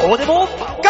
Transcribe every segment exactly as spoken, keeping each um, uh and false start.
こうでもガ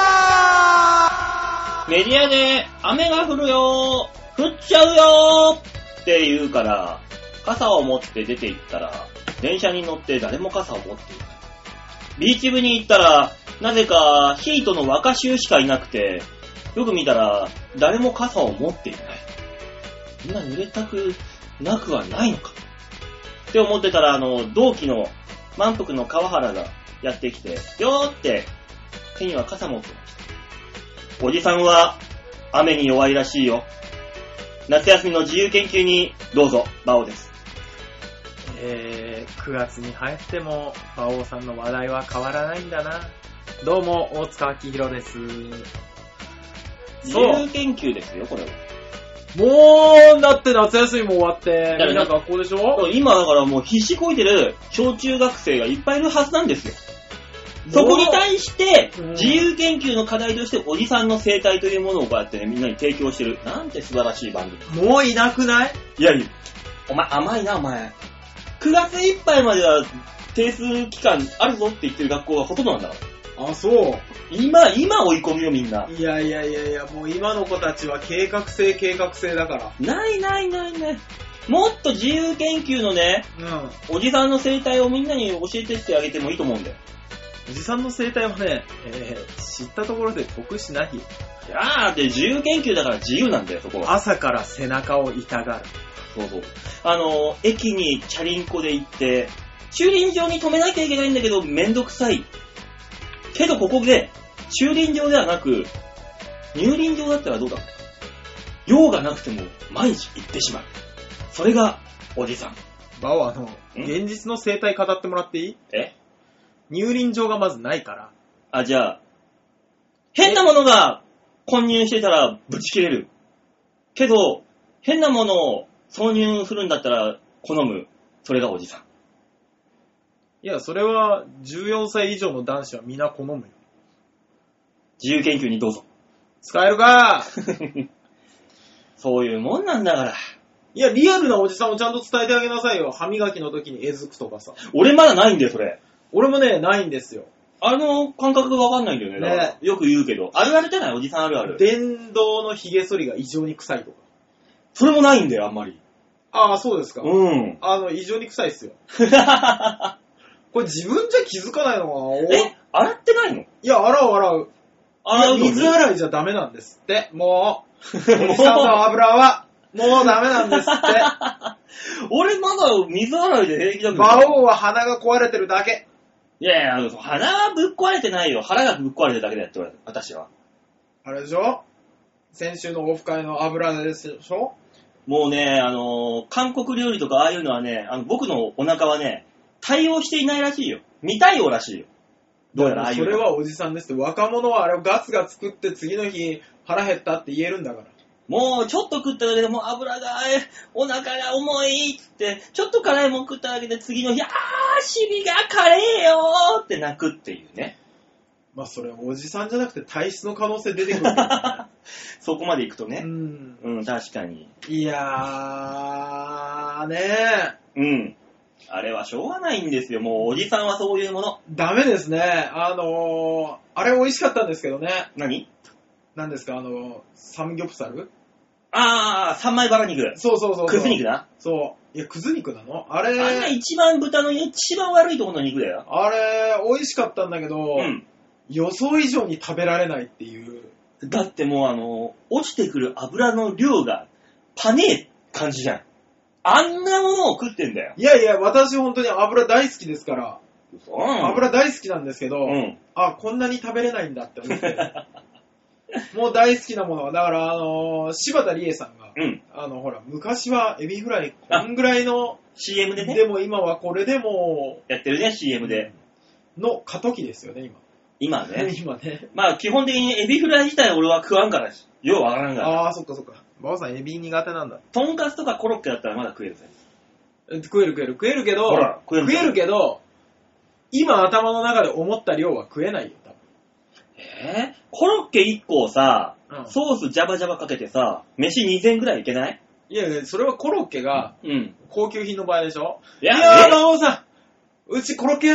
ー。 メディアで雨が降るよー、降っちゃうよーって言うから、傘を持って出て行ったら、電車に乗って誰も傘を持っていない。ビーチ部に行ったら、なぜかヒートの若衆しかいなくて、よく見たら誰も傘を持っていない。みんな濡れたくなくはないのかって思ってたら、あの同期の満腹の川原がやってきて、よーって手には傘持ってました。おじさんは雨に弱いらしいよ。夏休みの自由研究にどうぞ。バオです。 えー、くがつに入っても馬王さんの話題は変わらないんだな。どうも大塚明宏です。 自由研究ですよ、これは。 もうだって夏休みも終わってみんな学校でしょ。 今だからもう必死こいてる小中学生がいっぱいいるはずなんですよ。そこに対して自由研究の課題としておじさんの生態というものをこうやってねみんなに提供してる。なんて素晴らしい番組。 もういなくない？ いやいや、お前甘いなお前。くがついっぱいまでは定数期間あるぞって言ってる学校がほとんどなんだから。 あ、そう。 今、今追い込みよみんな。 いやいやいやいや、もう今の子たちは計画性計画性だから。 ないないないない。もっと自由研究のね、うん、おじさんの生態をみんなに教えてってあげてもいいと思うんだよ。 おじさんの生態はね、えー、知ったところで得しないよ。 いやーって自由研究だから自由なんだよ、そこは。 朝から背中を痛がる。 そうそう。あの、駅にチャリンコで行って、駐輪場に止めなきゃいけないんだけど、めんどくさい。けどここで、駐輪場ではなく、入輪場だったらどうだろう。用がなくても毎日行ってしまう。それが、おじさん。 バオ、あの、現実の生態語ってもらっていい？ え？ 入輪場がまずないから。 あ、じゃあ、変なものが混入してたらぶち切れる。けど、変なものを挿入するんだったら好む。それがおじさん。 いや、それはじゅうよんさい以上の男子は皆好むよ。 自由研究にどうぞ。 使えるかそういうもんなんだから。 いや、リアルなおじさんをちゃんと伝えてあげなさいよ。歯磨きの時にえずくとかさ。 俺まだないんだよ、それ。 俺もね、ないんですよ。 あの感覚がわかんないんだよね。ね、よく言うけど。あるあるじゃない？おじさんあるある。 電動の髭剃りが異常に臭いとか。 それもないんだよ、あんまり。 ああ、そうですか。 うん。 あの、異常に臭いっすよ。これ自分じゃ気づかないのかな？ え、洗ってないの？ いや、洗う洗う。 洗うの？ 水洗いじゃダメなんですって。もう、おじさんの油は、もうダメなんですって。 俺まだ水洗いで平気だけど。 馬王は鼻が壊れてるだけ。 いやいや、鼻はぶっ壊れてないよ。腹がぶっ壊れてるだけだよって言われた、私は。 あれでしょ？先週のオフ会の油でしょ？ もうね、あのー、韓国料理とかああいうのはね、あの僕のお腹はね、対応していないらしいよ。未対応らしいよ。どうやらああいうの。 それはおじさんですって。若者はあれをガツガツ食って次の日腹減ったって言えるんだから。 もうちょっと食っただけでもう油が、お腹が重いっつって、ちょっと辛いもん食っただけで次の日、あー、シビが辛えよーって泣くっていうね。 まあそれおじさんじゃなくて体質の可能性出てくるんだ、ね、 そこまで行くとね。 うん。 うん、確かに。 いやー、ねー。うん。あれはしょうがないんですよ。もうおじさんはそういうもの。 ダメですね。あのー、あれ美味しかったんですけどね。 何？ 何ですか、あのー、サムギョプサル？ あー、三枚バラ肉。 そうそうそうそう。 くず肉な。 そう。いや、くず肉なの？あれ。 あれ一番豚の一番悪いところの肉だよ。 あれ、美味しかったんだけど、 うん。 予想以上に食べられないっていう。 だってもうあの、落ちてくる油の量がパネー感じじゃん。あんなものを食ってんだよ。 いやいや、私本当に油大好きですから。 うん、 油大好きなんですけど、うん、あ、こんなに食べれないんだって思って。もう大好きなものは、だから、あのー、柴田理恵さんが、うん、あの、ほら、昔はエビフライ、こんぐらいの、 シーエム でね。 でも今はこれでも、 やってるね、シーエム で。 の過渡期ですよね、今。 今ね。 今ね。 まあ、基本的にエビフライ自体俺は食わんからです。ようわからんから。 ああ、そっかそっか。バオさんエビ苦手なんだ。 トンカツとかコロッケだったらまだ食えるぜ。 食える食える食えるけど、 ほら食える食えるけど、今頭の中で思った量は食えないよ、多分。 えー、コロッケいっこをさ、 うん、 ソースジャバジャバかけてさ、飯にせんくらいいけない？ いやいや、それはコロッケが、高級品の場合でしょ。 いや、 いやー、馬王さん、うちコロッケ屋だから、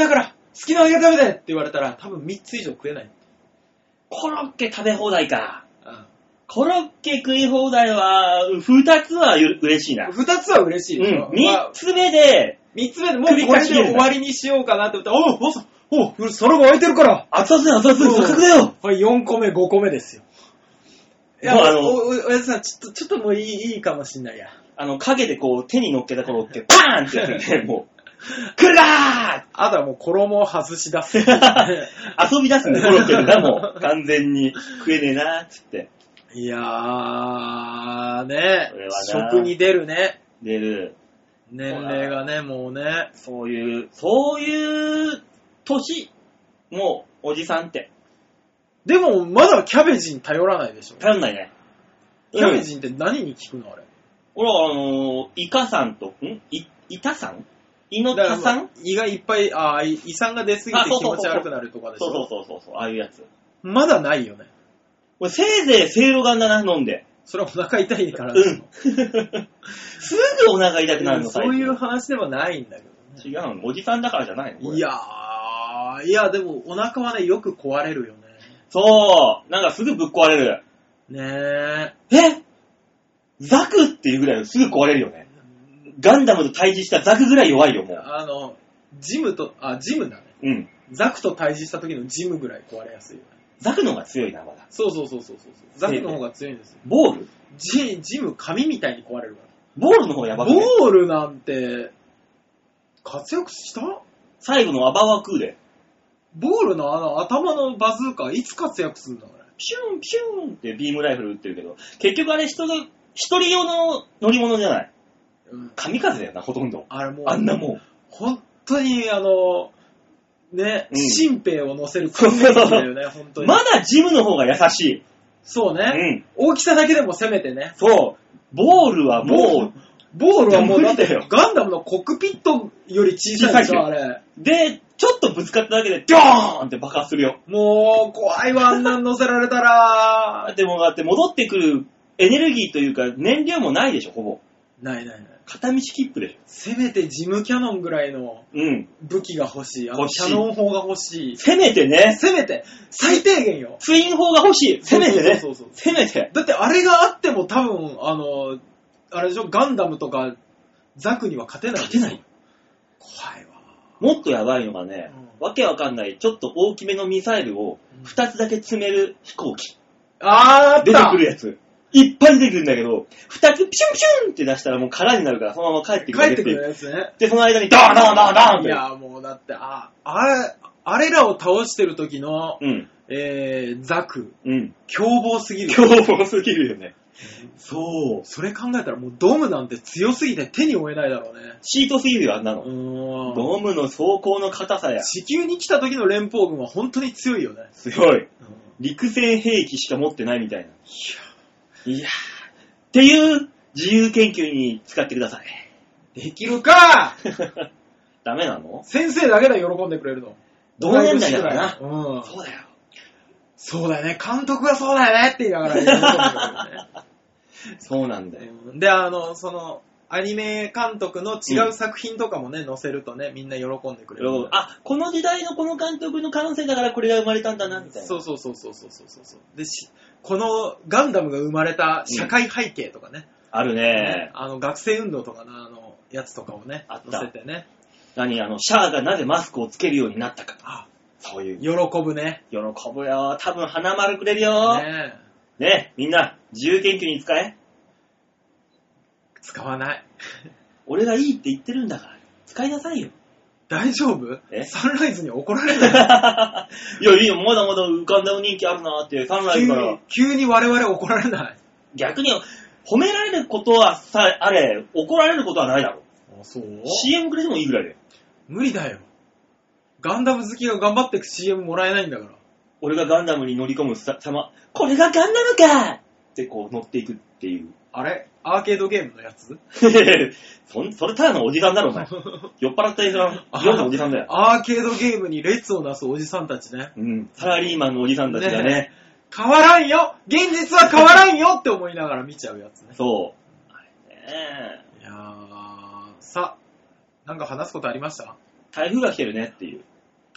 好きなだけ食べてって言われたら多分みっつ以上食えない。 コロッケ食べ放題か。うん、コロッケ食い放題は、ふたつは嬉しいな。 ふたつは嬉しいでしょ。 うん、みっつめで、 みっつめでもうこれで終わりにしようかなって思ったら、おう、おう、おう、皿が空いてるから。 熱々だよ、熱々、せっかくだよ。 はい、よんこめ、ごこめですよ。いや、あの、お、おやつさん、ちょっと、ちょっともういい、いいかもしんないや。 あの、影でこう、手に乗っけたコロッケ、パーンってやるね、もう。来るかーあとはもう衣を外し出す。遊び出すね、コロッケでな、もう。完全に食えねえなーっつって。 いやー、ね。食に出るね。 出る。 年齢がね、もうね。 そういう、そういう年、もう、おじさんって。 でも、まだキャベジン頼らないでしょ。 頼んないね。 キャベジンって何に効くのあれ。 俺は、あのー、イカさんと、んい、イタさん胃のタさん胃がいっぱい、ああ、胃酸が出すぎて気持ち悪くなるとかでしょ。 そうそうそうそう、ああいうやつ。 まだないよね。 俺、せいぜいせいろがんだな、飲んで。 それはお腹痛いからうん。すぐお腹痛くなるの、 そういう話ではないんだけどね。違うの。おじさんだからじゃないの。 いやー、いや、でもお腹はね、よく壊れるよね。 そう。なんかすぐぶっ壊れる。 ねえ。えザクっていうぐらいすぐ壊れるよね。ガンダムと対峙したザクぐらい弱いよ、もう。 あの、ジムと、あ、ジムだね。 うん。 ザクと対峙した時のジムぐらい壊れやすいよね。 ザクの方が強いな、まだ。 そうそうそうそうそう。ザクの方が強いんですよ。 ボールジ、ジム、紙みたいに壊れるから。 ボールの方がやばくね。 ボールなんて、活躍した最後のアバワクーで。 ボールのあの頭のバズーカいつ活躍するんだから。 ピュンピュンってビームライフル撃ってるけど、結局あれ人が、一人用の乗り物じゃない。うん、神風だよな、ほとんど。 あれもう、 あんなもん。 本当にあの、ね、新兵を乗せる訓練だよね、本当に。 まだジムの方が優しい。 そうね。うん。大きさだけでも攻めてね。 そう。ボールはもう、 ボールはもうだってガンダムのコックピットより小さいでしょ、あれ。 で、ちょっとぶつかっただけで、ドーンって爆発するよ。 もう、怖いわ、あんなん乗せられたら。 でもだって戻ってくるエネルギーというか燃料もないでしょ、ほぼ。 ないないない。 片道切符でしょ。 せめてジムキャノンぐらいの武器が欲しい。あのキャノン砲が欲しい。 せめてね。 せめて。最低限よ。 ツイン砲が欲しい。せめてね。 そうそうそうそう。 せめて。 だってあれがあっても多分、あの、あれでしょ、ガンダムとかザクには勝てない。 勝てない。 怖いわ。 もっとやばいのがね、うん、わけわかんない、ちょっと大きめのミサイルをふたつだけ積める飛行機。 あー、あった。 出てくるやつ。いっぱい出てくるんだけど、ふたつピュンピュンって出したらもう空になるからそのまま帰ってくる。 帰ってくるやつね。 で、その間にドーンドーンドーンドーンって。 いや、もうだって、あ、あれ、あれらを倒してる時の、 うん、 えー、ザク、 うん、 凶暴すぎる。 凶暴すぎるよね。 そう。それ考えたらもうドームなんて強すぎて手に負えないだろうね。 シートすぎるよ、あんなの。 うーん。 ドームの走行の硬さや。 地球に来た時の連邦軍は本当に強いよね。 強い。うん、陸戦兵器しか持ってないみたいな。いや。いや。っていう自由研究に使ってください。 できるかダメなの？ 先生だけで喜んでくれるの。 同年代だからな。 うん。 そうだよ。 そうだよね。監督がそうだよねって言いながら喜んでくれるね。 そうなんだよ。 で、あの、その、アニメ監督の違う作品とかもね、うん、載せるとね、みんな喜んでくれる。 あ、この時代のこの監督の感性だからこれが生まれたんだな、みたいな。 そうそうそうそうそうそうそう。で、このガンダムが生まれた社会背景とかね。 うん、あるね。 ね、あの、学生運動とかのあの、やつとかをね、載せてね。 何、あの、シャアがなぜマスクをつけるようになったか。あ、そういう。 喜ぶね。 喜ぶよ。多分花丸くれるよ。ねえ。ねえ、みんな、自由研究に使え。 使わない。 俺がいいって言ってるんだから、使いなさいよ。 大丈夫？ え？ サンライズに怒られない？ いや、いいよ、まだまだ浮かんだ人気あるなーって、サンライズから。 急に、急に我々怒られない。 逆に、褒められることはさ、あれ、怒られることはないだろ。 あ、そう？ シーエム くれてもいいぐらいだよ。 無理だよ。ガンダム好きが頑張って シーエム もらえないんだから。 俺がガンダムに乗り込む様、これがガンダムかってこう乗っていくっていう。 あれ？アーケードゲームのやつそ, それただのおじさんだろ、お前。酔っ払ったおじさん、夜のおじさんだよ。 アーケードゲームに列をなすおじさんたちね。 うん。サラリーマンのおじさんたちがね。ね、 変わらんよ現実は変わらんよって思いながら見ちゃうやつね。 そう。あれね。 いやー、さ、なんか話すことありました？ 台風が来てるねっていう。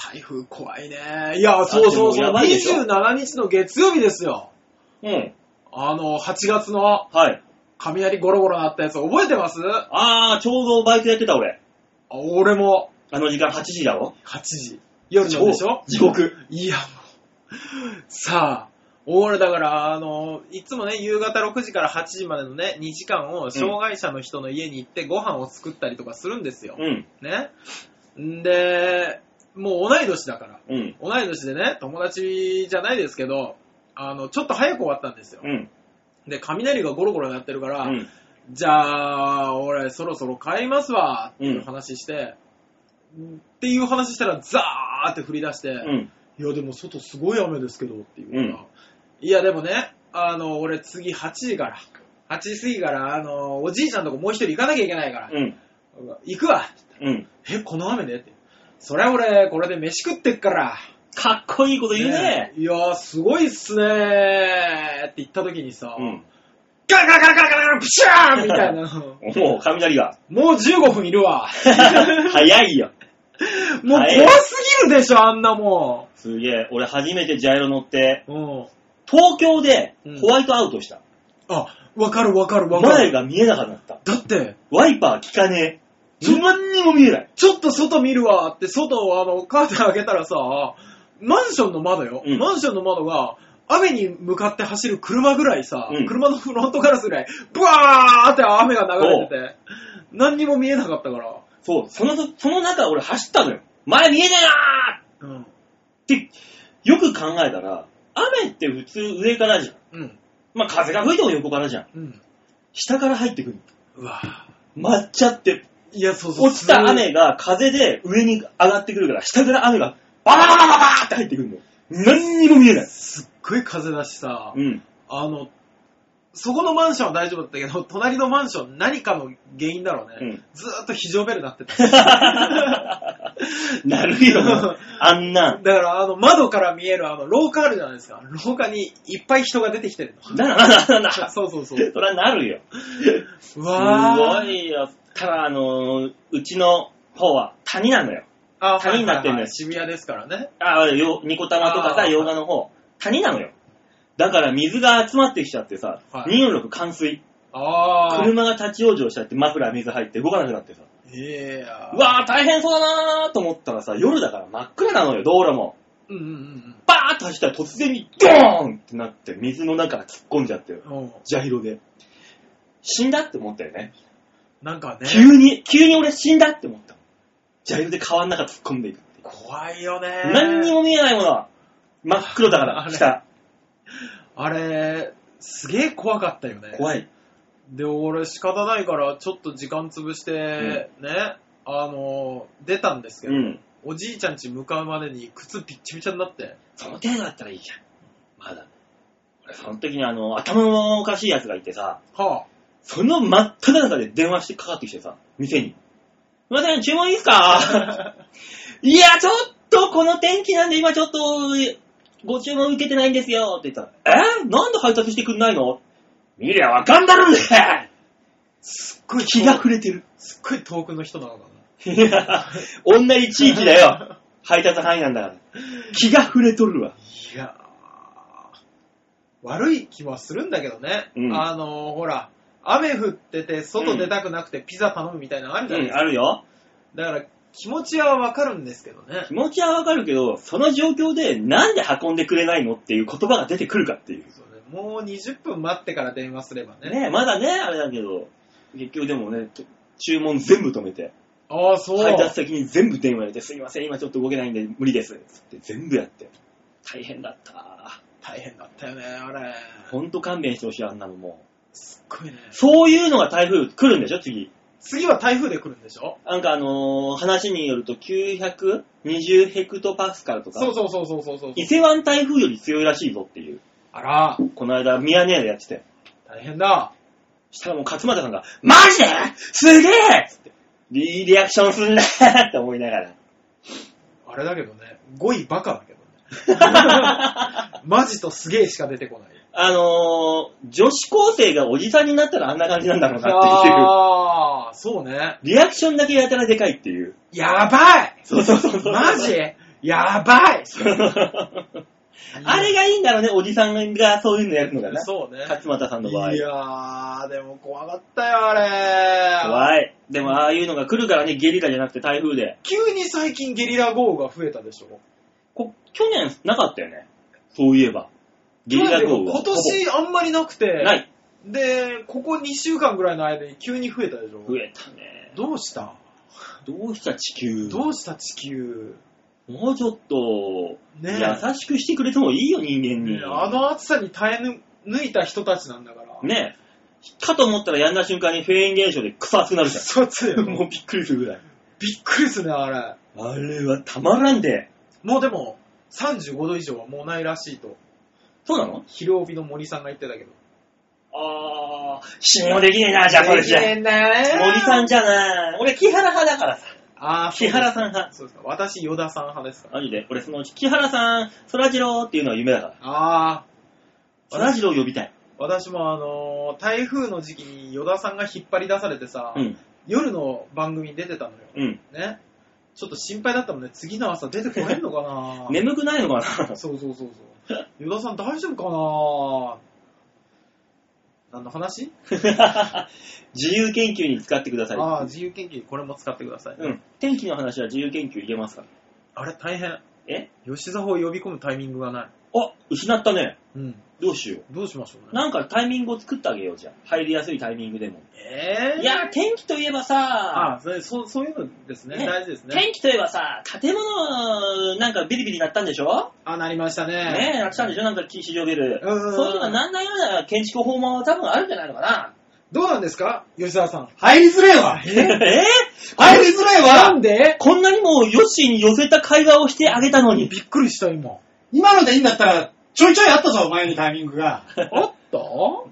台風怖いね。いや、そうそうそう。にじゅうしちにちの月曜日ですよ。 うん。 あの、はちがつの。 はい。 雷ゴロゴロなったやつ覚えてます？ あー、ちょうどバイトやってた俺。 あ、俺も。 あの時間はちじだろ ? はちじ。夜のでしょ？ 地獄。 いや、もう。さあ、俺だから、あの、いつもね、夕方ろくじからはちじまでのね、にじかんを障害者の人の家に行ってご飯を作ったりとかするんですよ。 うん。 ね。んで、もう同い年だから。 うん。 同い年でね、友達じゃないですけど、あの、ちょっと早く終わったんですよ。 うん。 で、雷がゴロゴロ鳴ってるから、 うん、 じゃあ、俺そろそろ帰りますわ、っていう話して、うん、っていう話したら、ザーって降り出して、うん、いや、でも外すごい雨ですけど、っていうから、うん、いや、でもね、あの、俺次はちじから、はちじ過ぎから、あの、おじいちゃんとこもう一人行かなきゃいけないから、うん、行くわ、って言ったら、うん、え、この雨でって。そりゃ俺、これで飯食ってっから、 かっこいいこと言うね。 ねいやー、すごいっすねーって言った時にさ、うん、ガラガラガラガラガラプシャーみたいな。 もう雷が。 もうじゅうごふんいるわ。 早いよ。 もう怖すぎるでしょ、あんなもん。すげえ。俺初めてジャイロ乗って、うん、東京でホワイトアウトした。 うん、あ、わかるわかるわかる。 前が見えなかった。 だって、 ワイパー効かねえ。何にも見えない。 ちょっと外見るわって、外をあの、カーテン開けたらさ、マンションの窓よ、うん。マンションの窓が、雨に向かって走る車ぐらいさ、うん、車のフロントガラスぐらい、ブワーって雨が流れてて、何にも見えなかったから。 そう、その、その中俺走ったのよ。前見えねえなー、うん、って、よく考えたら、雨って普通上からじゃん。うん。まあ風が吹いても横からじゃん。うん。下から入ってくる。 うわぁ。舞っちゃって。 いや、そうそう。 落ちた雨が風で上に上がってくるから、下から雨がババババババーって入ってくるの。何にも見えない。 すっごい風だしさ、うん、あの、そこのマンションは大丈夫だったけど、隣のマンション何かの原因だろうね。うん、ずーっと非常ベル鳴ってた。 なるよ、あんな。 だからあの窓から見えるあの廊下あるじゃないですか。廊下にいっぱい人が出てきてるの。 ななななな。 そうそうそう。 そりゃなるよ。 うわー。 すごいよ。ただあのー、うちの方は谷なのよ。 あ、 谷になってるんだよ、はいはいはい。 渋谷ですからね。 ああ、ニコタマとかさ、洋画の方。谷なのよ。だから水が集まってきちゃってさ、はい、にーよんろく冠水。 あ車が立ち往生しちゃってマフラー水入って動かなくなってさ。 えー、 うわー大変そうだなーと思ったらさ、夜だから真っ暗なのよ、道路も。 うんうんうん。 バーッと走ったら突然にドーンってなって水の中から突っ込んじゃってる。ジャイロで。死んだって思ったよね。 なんかね。 急に、急に俺死んだって思った。ジャイロで川の中突っ込んでいくって。 怖いよね。 何にも見えないもの。真っ黒だから、下。 あれ、すげえ怖かったよね。 怖い。 で、俺仕方ないからちょっと時間潰して、うん、ね、あの、出たんですけど、うん、おじいちゃん家向かうまでに靴ピッチピチになって。 その程度だったらいいじゃん。まだ。俺その時にあの、頭のおかしいやつがいてさ、 はあ、 その真っ只中で電話してかかってきてさ、店に。すいません、注文いいっすかいや、ちょっとこの天気なんで今ちょっと、ご注文受けてないんですよって言ったら、えー、なんで配達してくんないの？見りゃわかんだろうね。 すっごい気が触れてる。 すっごい遠くの人なのかな。 いや、同じ地域だよ。配達範囲なんだから。気が触れとるわ。 いやー、悪い気はするんだけどね。うん、あのー、ほら、雨降ってて外出たくなくてピザ頼むみたいなのあるじゃないですか。 うん、あるよ。 だから気持ちはわかるんですけどね。 気持ちはわかるけど、その状況でなんで運んでくれないのっていう言葉が出てくるかっていう。 そうね、もうにじゅっぷん待ってから電話すればね。 ねえ、まだね、あれだけど、結局でもね、注文全部止めて。 ああ、そう。 配達先に全部電話入れて、すいません、今ちょっと動けないんで無理です。って全部やって。大変だった。 大変だったよね、あれ。 ほんと勘弁してほしい、あんなのもう。すっごいね。 そういうのが台風来るんでしょ、次。 次は台風で来るんでしょ？ なんかあのー、話によるときゅうひゃくにじゅうヘクトパスカルとか。 そうそうそうそうそうそう。 伊勢湾台風より強いらしいぞっていう。 あら。 この間、ミヤネ屋でやってて。 大変だ。 したらもう勝俣さんが、マジですげえつって。リリアクションすんなーって思いながら。 あれだけどね、ごいバカだけどね。マジとすげえしか出てこない。 あのー、女子高生がおじさんになったらあんな感じなんだろうなっていう。 ああ、そうね。 リアクションだけやたらでかいっていう。 やばい。 そうそうそうそう。 マジやばいあれがいいんだろうね、おじさんがそういうのやるのがな。 そうね。 勝俣さんの場合。 いやー、でも怖かったよ、あれ。 怖い。でもああいうのが来るからね、ゲリラじゃなくて台風で。 急に最近ゲリラ豪雨が増えたでしょ。 こ去年なかったよね。そういえば。ゲリラ豪雨は。 今年あんまりなくて。 ない。 で、ここにしゅうかんぐらいの間に急に増えたでしょ。 増えたね。 どうしたどうした地球。 どうした地球。 もうちょっと、 ね、 優しくしてくれてもいいよ、人間に。 あの暑さに耐え抜いた人たちなんだから。 ねえ。かと思ったらやんだ瞬間にフェーン現象で臭くなるじゃん。 そうつよ。 もうびっくりするぐらい。 びっくりするね、あれ。 あれはたまらんで。 もうでも、さんじゅうごど以上はもうないらしいと。 そうなの？ 昼帯の森さんが言ってたけど。 あー、信用できねえな、じゃあこれじゃ。 できねえんだよね。 森さんじゃない。俺、木原派だからさ。 あー、 木原さん派。 そうですか。私、与田さん派ですか。 マジで。俺、そのうち、木原さん、そらジローっていうのは夢だから。 あそらジロー呼びたい。 私もあのー、台風の時期に与田さんが引っ張り出されてさ、 うん、 夜の番組に出てたのよ。 うん。 ね。ちょっと心配だったもんね。次の朝出てこれんのかな眠くないのかなそうそうそうそう。与田さん大丈夫かな何の話自由研究に使ってください。 ああ、自由研究、これも使ってください。 うん。天気の話は自由研究入れますから。 あれ、大変。 え吉沢を呼び込むタイミングがない。 あ、失ったね。 うん。 どうしよどうしましょうね。 う。なんかタイミングを作ってあげようじゃん。入りやすいタイミングでも。 えー、 いや、天気といえばさ、 あそれそう、そういうのですね。 ね大事ですね。 天気といえばさ、建物なんかビリビリなったんでしょ？ あ、なりましたね。 ねえ、なったんでしょ？なんか市場ビル。 うん。 そういうのがなんないような建築法も多分あるんじゃないのかな。 どうなんですか吉沢さん。 入りづれえわ。 ええ入りづれえわ。 なんでこんなにもヨッシーに寄せた会話をしてあげたのに。 びっくりした今。 今のでいいんだったら、ちょいちょいあったぞ、前にタイミングが。 あったはい、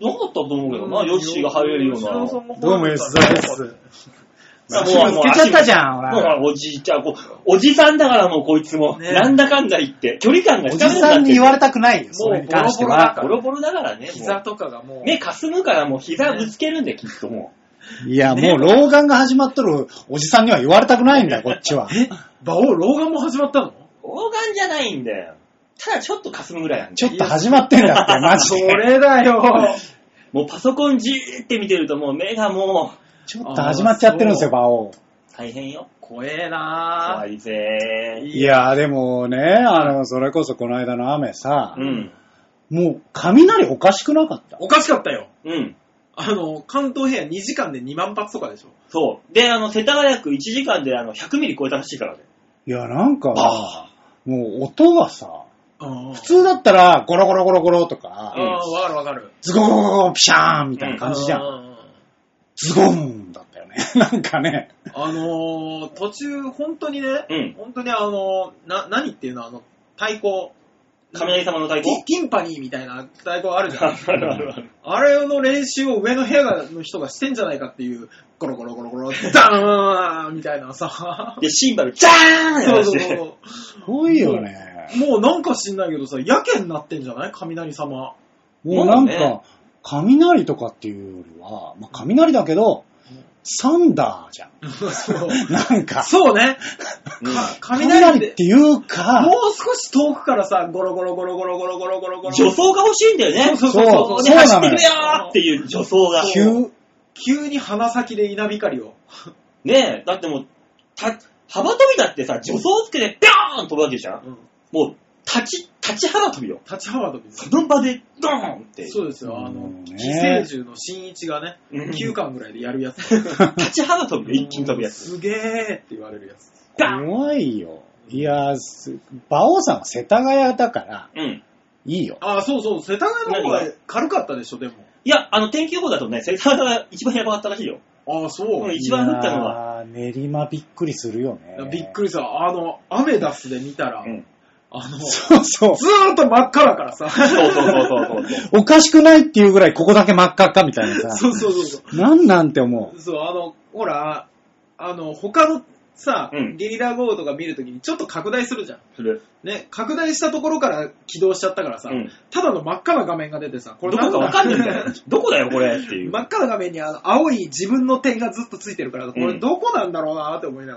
なかったと思うけどな、ヨッシーが入れるような。 どうも吉沢です。 もう、 もうつけちゃったじゃん、ほもうら。 おじいちゃん、こうおじさんだからもうこいつも、 ねなんだかんだ言って、距離感がおじさんに言われたくないよ、 もうそれに関してボロボロだは。 ボロボロだからね。もう膝とかがもう。 目かすむからもう膝ぶつけるんで、きっともいや、もう老眼が始まっとるおじさんには言われたくないんだよ、こっちは。 え馬王、老眼も始まったのう。老眼じゃないんだよ。ただちょっとかすむぐらいなんちだよ。 ょっと始まってんだって、マジそで。 れだよ。 もうパソコンじーって見てるともう目がもう、 ちょっと始まっちゃってるんですよ、馬王。 大変よ。 怖えな怖いぜー。 いや、でもね、あの、それこそこの間の雨さ、 うん。 もう雷おかしくなかった？ おかしかったよ。 うん。 あの、関東平野にじかんでにまん発とかでしょ。 そう。で、あの、世田谷区いちじかんであのひゃくミリ超えたらしいからね。 いや、なんか、 あもう音がさ、 普普通だったらゴロゴロゴロゴロとか、 ああ、わかるわかる。 ズゴーゴーピシャーンみたいな感じじゃん。 ん。 ズゴーンだったよね。なんかね。 あのー、途中、本当にね、 うん本当にあのー、な、何っていうのあの、太鼓。 雷様の太鼓ティティンパニーみたいな太鼓あるじゃん。 あるあるある。 あれの練習を上の部屋の人がしてんじゃないかっていう、ゴロゴロゴロゴロ、ダーンみたいなさ。 で、シンバル、ジャーンそうそうそう。 すごいよね。 もうなんか知んないけどさ、やけになってんじゃない雷様。 もうなんもうねか、雷とかっていうよりは、まあ、雷だけど、サンダーじゃん。 そうなんか、 そうね。 うんか雷っ、 雷ってていうか、 もう少し遠くからさ、ゴロゴロゴロゴロゴロゴロゴロゴロ。 助走が欲しいんだよね。 そうそうここにそうなのよ走ってくれよーっていう助走が。 急、 急に鼻先で稲光を。 ねえ、だってもう、た、幅跳びだってさ、助走つけて、ビョーン飛ぶわけじゃん。 うんもう、立ち、立ち幅跳びよ。 立ち幅跳びですその場で、ドーンって。 そうですよ。あのうん、ね寄生獣の新一がね、 うんきゅうかんぐらいでやるやつ。 立ち幅跳びよ、一気に飛ぶやつ。 すげーって言われるやつ。ガン怖いよ。いや、す馬王さんは世田谷だから、 うん。 いいよ。 ああ、そうそう、世田谷の方が軽かったでしょ、でも。 いや、あの、天気予報だとね、世田谷が一番やばかったらしいよ。 ああ、そう。 うん一番降ったのは。 いやー練馬びっくりするよね。 びっくりした。あの、アメダスで見たら、 うん。 あの、ずそうそう。 ーっと真っ赤だからさ。 そうそうそうそうそう。 おかしくないっていうぐらいここだけ真っ赤っかみたいなさ。 そうそうそうそう。 なんなんて思う。 そう、あの、ほら、あの、他のさ、 うんゲリラ豪雨とか見るときにちょっと拡大するじゃん。 する。 ね、拡大したところから起動しちゃったからさ、 うんただの真っ赤な画面が出てさ、こどこかわかんないんだよ。どこだよ、これっていう。 真っ赤な画面にあの青い自分の点がずっとついてるから、こうんれどこなんだろうなって思いながら。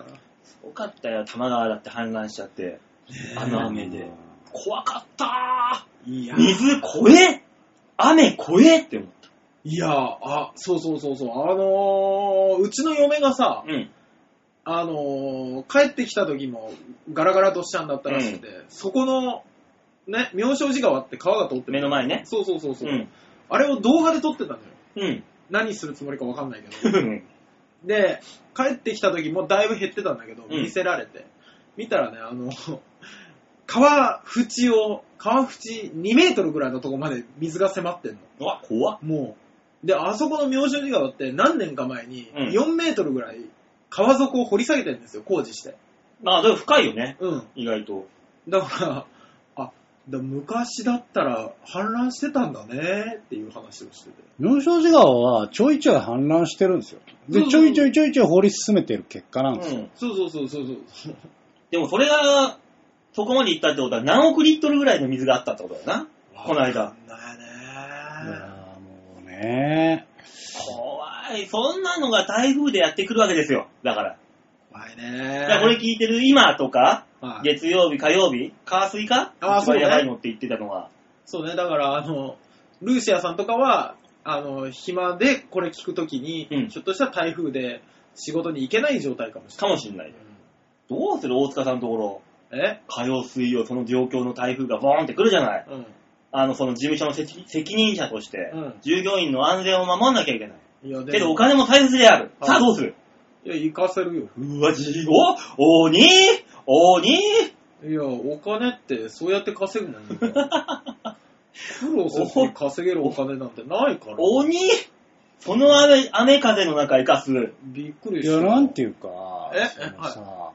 すごかったよ、多摩川だって氾濫しちゃって。あの雨で。怖かったー。いや水怖え雨怖えって思った。 いやー、あ、そうそうそうそう。あのー、うちの嫁がさ、うん、あのー、帰ってきた時もガラガラとしちゃうんだったらしくて、うん、そこの、ね、妙正寺川って川が通って目の前ね。 そうそうそうそう、うん。あれを動画で撮ってたのよ。うん。何するつもりかわかんないけど。で、帰ってきた時もだいぶ減ってたんだけど、見せられて。うん、見たらね、あの、川縁を、川縁にメートルぐらいのとこまで水が迫ってんの。 うわ、怖っ。 もう。で、あそこの妙正寺川って何年か前によんメートルぐらい川底を掘り下げてるんですよ、工事して。 まあ、でも深いよね。うん。意外と。 だから、あ、だ昔だったら氾濫してたんだねっていう話をしてて。 妙正寺川はちょいちょい氾濫してるんですよ。で、ちょいちょいちょいちょい掘り進めてる結果なんですよ。うん、 そうそうそうそうそう。 でもそれが、そこまで行ったってことは何億リットルぐらいの水があったってことだよな。この間。 なんだねー。いやもうね怖い。そんなのが台風でやってくるわけですよ。だから。 怖いねー。これ聞いてる今とか、はい、月曜日、火曜日、火水かあ、 一番やばいのって言ってたのは。 そうね。だから、あの、ルーシアさんとかは、あの、暇でこれ聞くときに、うん、ひょっとしたら台風で仕事に行けない状態かもしれない。 かもしれない。うん、どうする大塚さんのところ。え火曜、水曜、その状況の台風がボーンって来るじゃない。うん、あの、その事務所の責任者として、うん、従業員の安全を守んなきゃいけない。いやでけどお金も大切である。あさあどうする？ いや、行かせるよ。 うわ、地獄鬼鬼いや、お金ってそうやって稼ぐもんね。苦労せずに稼げるお金なんてないから。 鬼その雨、雨風の中生かす。 びっくりした。 いや、なんていうか、 えさ、はい、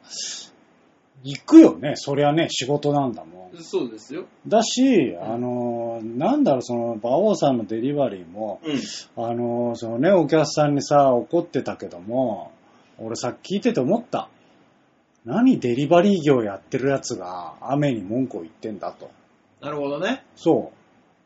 行くよね。そりゃね、仕事なんだもん。 そうですよ。 だし、あの、なんだろう、その、馬王さんのデリバリーも、うん、あの、そのね、お客さんにさ、怒ってたけども、俺さっき聞いてて思った。何デリバリー業やってるやつが雨に文句を言ってんだと。 なるほどね。 そう。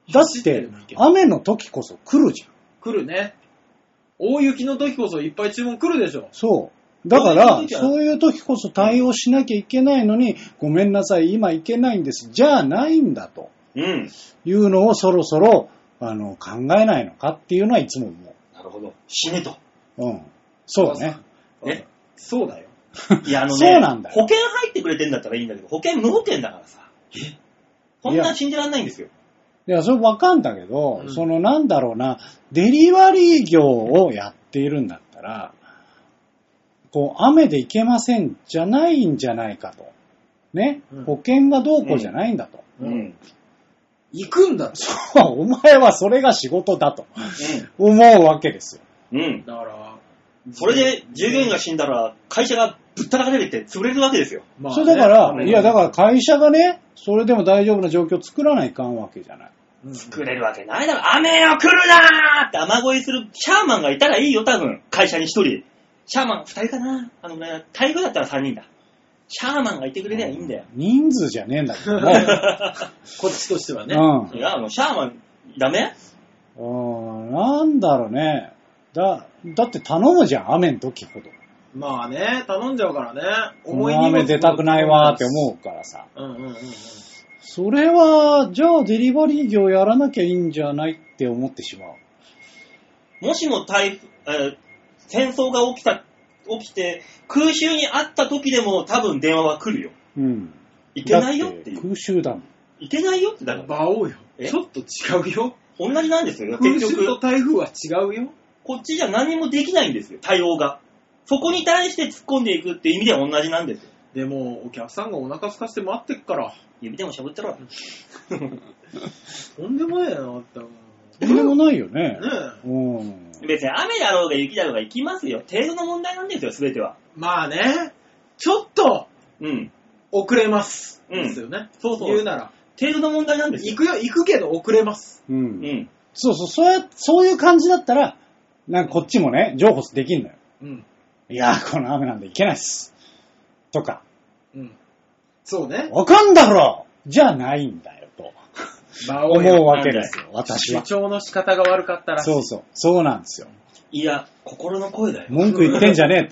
だって、雨の時こそ来るじゃん。 来るね。大雪の時こそいっぱい注文来るでしょ。 そう。だから、そういう時こそ対応しなきゃいけないのに、ごめんなさい、今行けないんです。じゃあないんだと。うん。いうのをそろそろ、あの、考えないのかっていうのはいつも思う。 なるほど。死ねと。 うん。そうね。 えそうだよ。 いや、あのね、 そうなんだよ。 保険入ってくれてんだったらいいんだけど、保険無保険だからさ。えこんな信じられないんですよ。 いや、それわかんだけど、うん、そのなんだろうな、デリバリー業をやっているんだったら、こう、雨で行けませんじゃないんじゃないかと。ね、うん、保険がどうこうじゃないんだと。うん。うん、 行くんだと。 そう、お前はそれが仕事だと、うん、思うわけですよ。 うん。だから、それで従業員が死んだら、会社がぶったらかれるって潰れるわけですよ。 まあね、それだから、いやだから会社がね、それでも大丈夫な状況を作らないかんわけじゃない。 うん、作れるわけないだろ。雨よ来るなーって雨乞いするシャーマンがいたらいいよ、多分。会社に一人。シャーマン二人かな。あのね、台風だったら三人だ。シャーマンがいてくれりゃいいんだよ。 人数じゃねえんだけども。 こっちとしてはね。 うん。いや、もうシャーマン、ダメ？ うーん、なんだろうね。だ、だって頼むじゃん、雨の時ほど。 まあね、頼んじゃうからね。 重い荷物雨出たくないわーって思うからさ。うんうんうんうん。それは、じゃあデリバリー業やらなきゃいいんじゃないって思ってしまう。 もしも台風、えー、戦争が起きた、起きて、空襲にあった時でも多分電話は来るよ。うん。いけないよっていう。 空襲だもん。 いけないよってだから。 馬王よ。ちょっと違うよ。 同じなんですよ。 空襲と台風は違うよ。 こっちじゃ何もできないんですよ、対応が。そこに対して突っ込んでいくって意味では同じなんですよ。 でも、お客さんがお腹空かして待ってっから。 指でもしゃぶってろ。 とんでもないなって。 とんでもないよね。ねえ。うん。別に雨だろうが雪だろうが行きますよ。程度の問題なんですよ、すべては。 まあね。ちょっと、うん。遅れます。うん。ですよね。そうそう。言うなら。 程度の問題なんですよ。 行くよ、行くけど遅れます。 うん。うん。そうそう、そうや、そういう感じだったら、なんかこっちもね、譲歩できんのよ。うん。いやー、この雨なんでいけないっす。とか。うん。 そうね。 わかんだろうじゃないんだよ、と。思うわけですよ、私は。 主張の仕方が悪かったら。 そうそう。そうなんですよ。 いや、心の声だよ。 文句言ってんじゃねえと。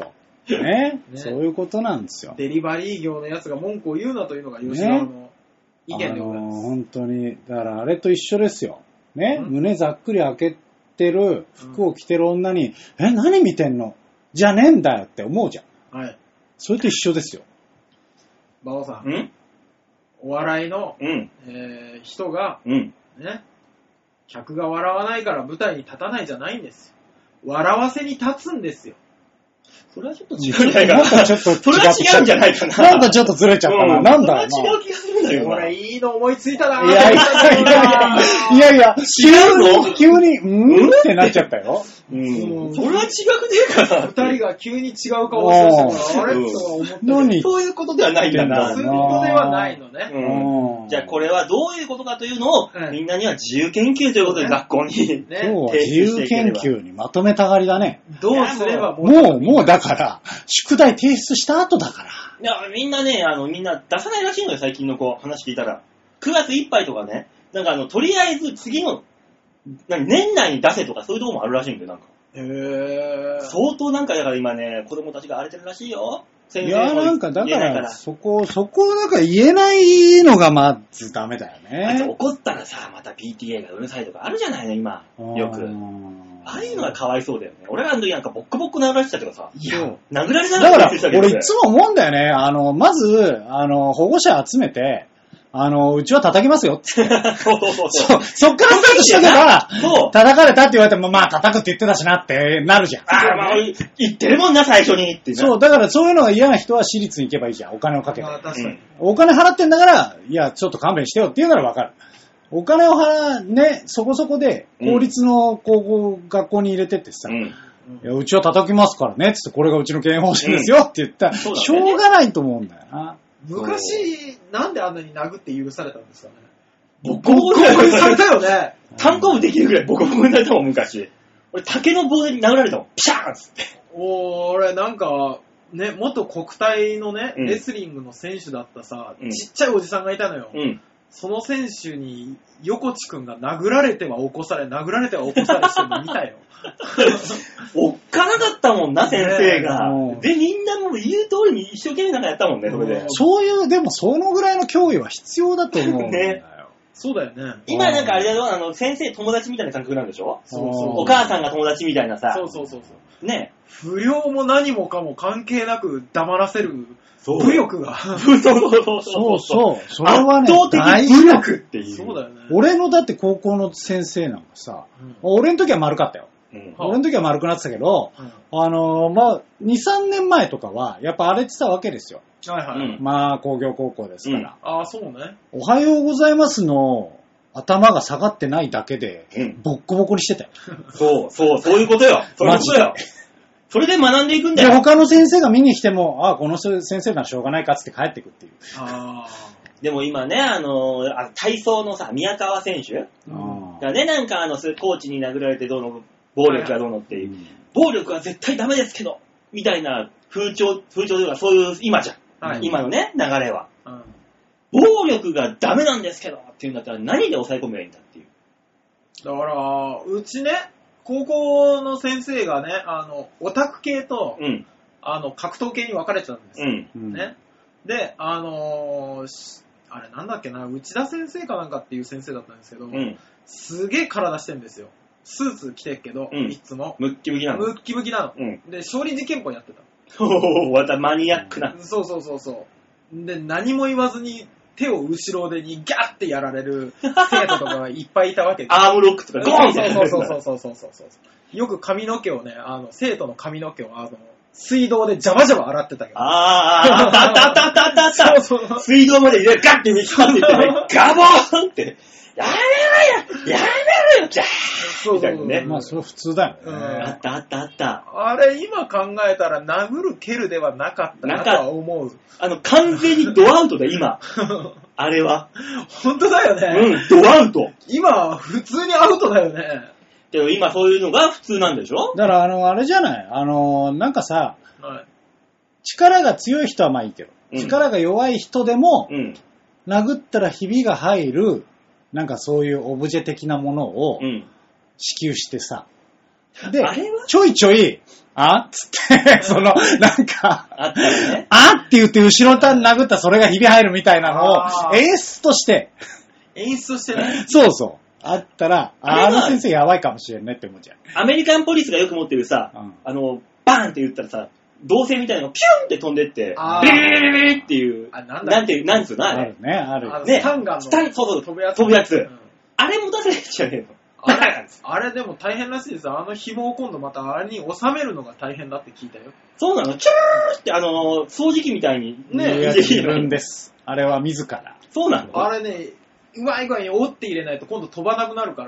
ね、そういうことなんですよ。 デリバリー業のやつが文句を言うなというのが吉沢の意見でございます。 あのー、本当に、だからあれと一緒ですよ。ね、胸ざっくり開けてる服を着てる女に、うん、え、何見てんのじゃねえんだよって思うじゃん。はい。それと一緒ですよ。 馬場さん。んお笑いの、うんえー、人が、うん、ね、客が笑わないから舞台に立たないじゃないんですよ。笑わせに立つんですよ。 それはちょっと違うんじゃないかな。 ちょっとそれは違うんじゃないかな。 なんかちょっとずれちゃったな。うん、なんだろうな。 それは違う気がするんだよな。 これいいの思いついたな。 いやいやいやいやいや、違うの急に、うんってなっちゃったよ。 うん。それは違くねえかな。 二人が急に違う顔をしてたから、あれとは思って何そういうことではないんだな。 そういうことではないのね。 うん。じゃあこれはどういうことかというのを、みんなには自由研究ということで学校に。 今日は自由研究にまとめたがりだね。 どうすればもう、もうだから、宿題提出した後だから。 いや、みんなね、あの、みんな出さないらしいのよ、最近の子、話聞いたら。くがついっぱいとかね、なんかあの、とりあえず次の、年内に出せとかそういうとこもあるらしいんだよ、なんか。 へー。 相当なんか、だから今ね、子供たちが荒れてるらしいよ。 先生いや、なんか、だから、そこ、そこをなんか言えないのがまずダメだよね。 怒ったらさ、また ピーティーエー がうるさいとかあるじゃないの、今。よく。ああいうのはかわいそうだよね。俺らの時なんかボッコボコ殴られてたとかさ。いや、殴られながらだから、俺いつも思うんだよね。あの、まず、あの、保護者集めて、あの、うちは叩きますよって。そうそうそう。そっからスタートしとけば、叩かれたって言われても、まあ叩くって言ってたしなってなるじゃん。 ああ、まあ、言ってるもんな、最初にって。 そう、だからそういうのが嫌な人は私立に行けばいいじゃん。お金をかけて。 あ確かに、うん。 お金払ってんだから、いや、ちょっと勘弁してよって言うならわかる。お金を払う、ね、そこそこで、公立の高校、うん、学校に入れてってさ、うん、いや、うちは叩きますからね、つってこれがうちの経営方針ですよって言ったら、うん、しょうがないと思うんだよな。 昔、なんであんなに殴って許されたんですかね。 ボコボコにされたよね。 単行部できるぐらいボコボコにされたもん、昔。俺、竹の棒で殴られたもん。ピシャーンつって。 おー、俺なんか、ね、元国体のね、うん、レスリングの選手だったさ、うん、ちっちゃいおじさんがいたのよ。うんその選手に、横地くんが殴られては起こされ、殴られては起こされしてるの見たよ。 おっかなかったもんな、先生が。ね、で、みんなもう言う通りに一生懸命なんかやったもんね、それで。 そういう、でもそのぐらいの脅威は必要だと思うんだよ。ね、 そうだよね。 今なんかあれだよ、あの、先生友達みたいな感覚なんでしょそうそう。お母さんが友達みたいなさ。 そうそうそうそう。 ね。 不良も何もかも関係なく黙らせる。武力が。 そうそうそう。 そうそう。それはね、 圧倒的武力っていう。 そうだよね。 俺のだって高校の先生なんかさ、うん、俺の時は丸かったよ。うん、俺の時は丸くなってたけど、うん、あのー、まあ、に、さんねんまえとかは、やっぱ荒れてたわけですよ。 はいはい。 まあ、工業高校ですから。 うん、ああ、そうね。 おはようございますの頭が下がってないだけで、うん、ボッコボコにしてたよ。 そう、そう、そういうことよ。そういうことよ。それで学んでいくんだよ。 で、他の先生が見に来ても、ああ、この先生ならしょうがないかっつって帰ってくっていう。 あでも今ね、あのー、体操のさ、宮川選手がね、なんかあの、コーチに殴られてどうの、暴力がどうのっていう、うん、暴力は絶対ダメですけど、みたいな風潮、風潮というかそういう今じゃん。はい、今のね、流れは、うん。暴力がダメなんですけどっていうんだったら何で抑え込めばいいんだっていう。 だから、うちね、高校の先生がね、あの、オタク系と、うん、あの、格闘系に分かれてたんですよ。うん、ね。で、あのー、あれなんだっけな、内田先生かなんかっていう先生だったんですけど、うん、すげえ体してるんですよ。スーツ着てるけど、うん、いつも。 ムッキムキなの。 ムッキムキなの。うん、で、少林寺拳法やってた。 おお、またマニアックな。 そうそうそうそう。で、何も言わずに、手を後ろでにギャッてやられる生徒とかがいっぱいいたわけでアームロックとかゴーンって。 そうそうそうそうそうそうそう。よく髪の毛をね、あの、生徒の髪の毛をあの、水道でジャバジャバ洗ってたけど。 ああ、あったあったあったあったあったあった。そうそう。水道まで入れるガッて水込んでいってね、ガボーンって。やめろよやめろよじゃーそうそうそう。ね。 まあ、それ普通だよね、うん。 あったあったあった。 あれ、今考えたら殴る蹴るではなかったなとは思う。 あの、完全にドアウトだ、今。あれは。 本当だよね。 うん、ドアウト。 今、普通にアウトだよね。 けど今そういうのが普通なんでしょ？ だから、あの、あれじゃないあの、なんかさ、はい、力が強い人はまあいいけど、うん、力が弱い人でも、うん、殴ったらひびが入る、なんかそういうオブジェ的なものを支給してさ、 で、ちょいちょい、あっつって、その、なんか、 あったらね。 あって言って後ろ手に殴ったらそれがひび入るみたいなのを演出として、 演出としてね。 そうそう。あったら、あの先生やばいかもしれんねって思っちゃう。 アメリカンポリスがよく持ってるさ、うん、あの、バーンって言ったらさ、銅線みたいなのがピュンって飛んでって、ビリビリビリビリっていう、あ、なんだなんていう、なんつうのあれ。 あるね、あるよね。スタンガンの。 スタン、そうそう、飛ぶやつ。飛ぶやつ。うん、あれ持たせれちゃねえの。 あれ、あれでも大変らしいですよ。あの紐を今度またあれに収めるのが大変だって聞いたよ。 そうなの？チューってあの、掃除機みたいにね。 いや、自分です。あれは自ら。 そうなの？ あれね、うまい具合に折って入れないと今度飛ばなくなるから。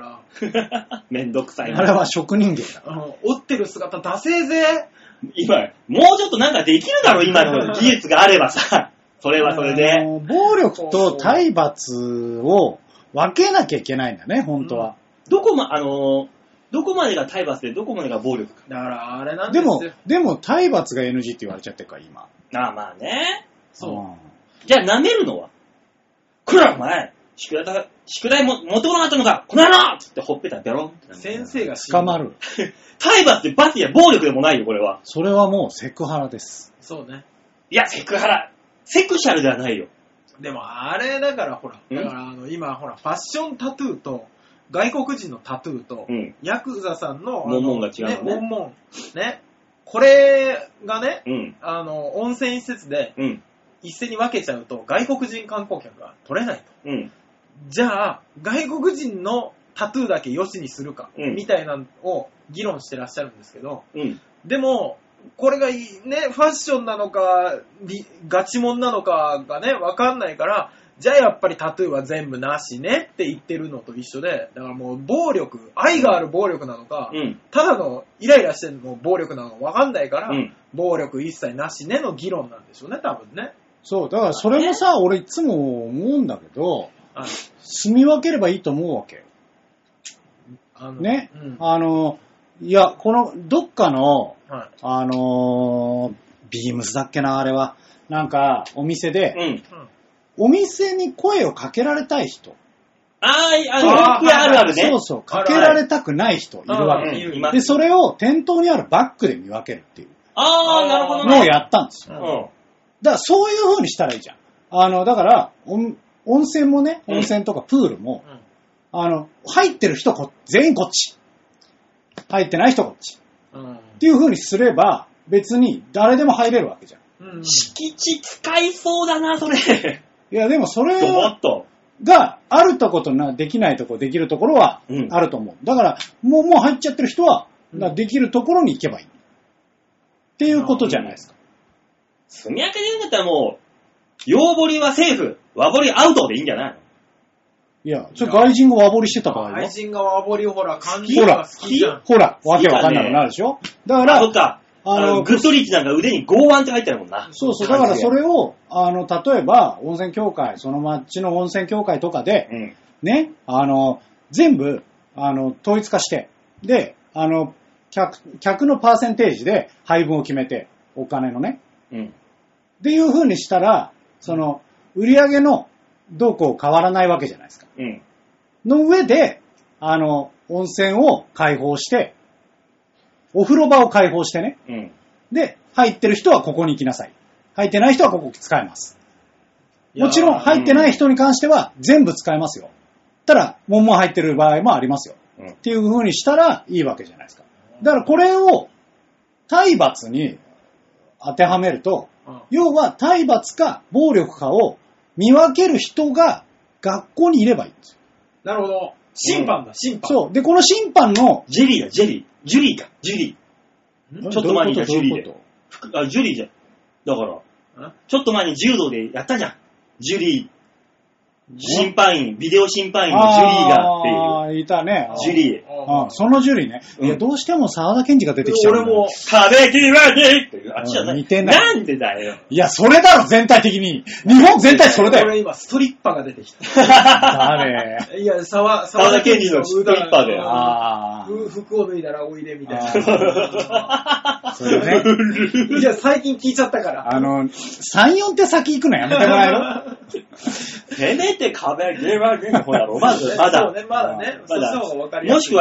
めんどくさいな。 あれは職人芸だ。 あの、折ってる姿ダセーぜ。 今、もうちょっとなんかできるだろ、今の技術があればさ。それはそれで。 暴力と体罰を分けなきゃいけないんだね、本当は。うん、 どこま、あのー、どこまでが体罰でどこまでが暴力か。 だからあれなんですよ。 でも、でも体罰が エヌジー って言われちゃってるから、今。 ああ、まあね。 そう。うん、 じゃあ舐めるのはこらお前宿題だ、宿題も持ってこなかったのかこの野郎つってほっぺたベロンって。 先生が捕まる。 体罰って罰や暴力でもないよ、これは。 それはもうセクハラです。 そうね。 いや、セクハラ。セクシャルではないよ。 でもあれだからほら、だからあの今ほら、ファッションタトゥーと、外国人のタトゥーと、うん、ヤクザさんの、 モンモンが違うね。 モンモン。ね。これがね、 うん、 あの、温泉施設で、 うん、 一斉に分けちゃうと、外国人観光客が取れないと。 うん、 じゃあ、外国人のタトゥーだけ良しにするか、 うん、 みたいなのを議論してらっしゃるんですけど、 うん、 でも、これがね、ファッションなのか、ガチモンなのかがね、わかんないから、じゃあやっぱりタトゥーは全部なしねって言ってるのと一緒で、だからもう暴力、愛がある暴力なのか、 うん、 ただのイライラしてるの暴力なのかわかんないから、 うん、 暴力一切なしねの議論なんでしょうね、多分ね。 そう、だからそれもさ、ね、俺いつも思うんだけど、 はい、 住み分ければいいと思うわけ。 あのね、 うん、 あの、いや、この、どっかの、 はい、 あのー、ビームスだっけな、あれは。なんか、お店で、 うん、 お店に声をかけられたい人。 ああ、あの、よくあるあるね。 そうそう、かけられたくない人いるわけ。 うん、 で、それを店頭にあるバッグで見分けるっていう。 ああ、なるほどね。 のをやったんですよ。 うん。 だから、そういう風にしたらいいじゃん。あの、だから、温泉もね、温泉とかプールも、うん、あの、入ってる人こ、全員こっち。入ってない人こっち。 うん、 っていう風にすれば、別に誰でも入れるわけじゃん。 うん、敷地使いそうだな、それ。 いや、でもそれとが、あるとことな、できないとこ、できるところは、あると思う。うん、だから、もう、もう入っちゃってる人は、うん、できるところに行けばいい。っていうことじゃないですか。 住み分けで言うんだったらもう、洋彫りはセーフ、和彫りアウトでいいんじゃないの？ いや、それ外人が和彫りしてた場合は外人が和彫りをほら、感じが好きじゃん。 ほら、わけわかんなくなるでしょ？だから、 あ、そっか。あの、グッドリッチなんか腕に剛腕って入ってるもんな。 そうそう、だからそれを、あの、例えば、温泉協会、その町の温泉協会とかで、 うん、 ね、あの、全部、あの、統一化して、で、あの、客、客のパーセンテージで配分を決めて、お金のね。 うん。 っていう風にしたら、その、売り上げのどうこう変わらないわけじゃないですか。 うん。 の上で、あの、温泉を開放して、お風呂場を開放してね。 うん。 で、入ってる人はここに行きなさい。入ってない人はここ使えます。もちろん入ってない人に関しては全部使えますよ。ただ、もんもん入ってる場合もありますよ。 うん、 っていう風にしたらいいわけじゃないですか。だからこれを体罰に当てはめると、うん、要は体罰か暴力かを見分ける人が学校にいればいいんですよ。 なるほど。審判だ、審判。 そう。で、この審判の、 ジェリーだ、ジェリー。ジュリーか、ジュリー。ちょっと前にいたジュリーで。あ、ジュリーじゃん。だから、ちょっと前に柔道でやったじゃん。ジュリー。審判員、ビデオ審判員のジュリーがっていう。 ああ、いたね。 ジュリー。 ああ、そのジュリーね。うん、いや、どうしても沢田研二が出てきちゃう。 俺も、 壁際にっていう。あっちじゃない。 似てない。 なんでだよ。 いや、それだろ、全体的に。日本全体それだよ。 俺今、ストリッパーが出てきた。 誰いや、沢、 沢田研二のストリッパーで。 ああ。 服を脱いだらおいでみたいな。 それね。 いや、最近聞いちゃったから。 あの、さん、よん手先行くのやめてもらえる？ せめて壁際にほらろ、まず、まだ。 そうね、まだね。 まだ。 そっちの方が分かりやすい。 もしくは、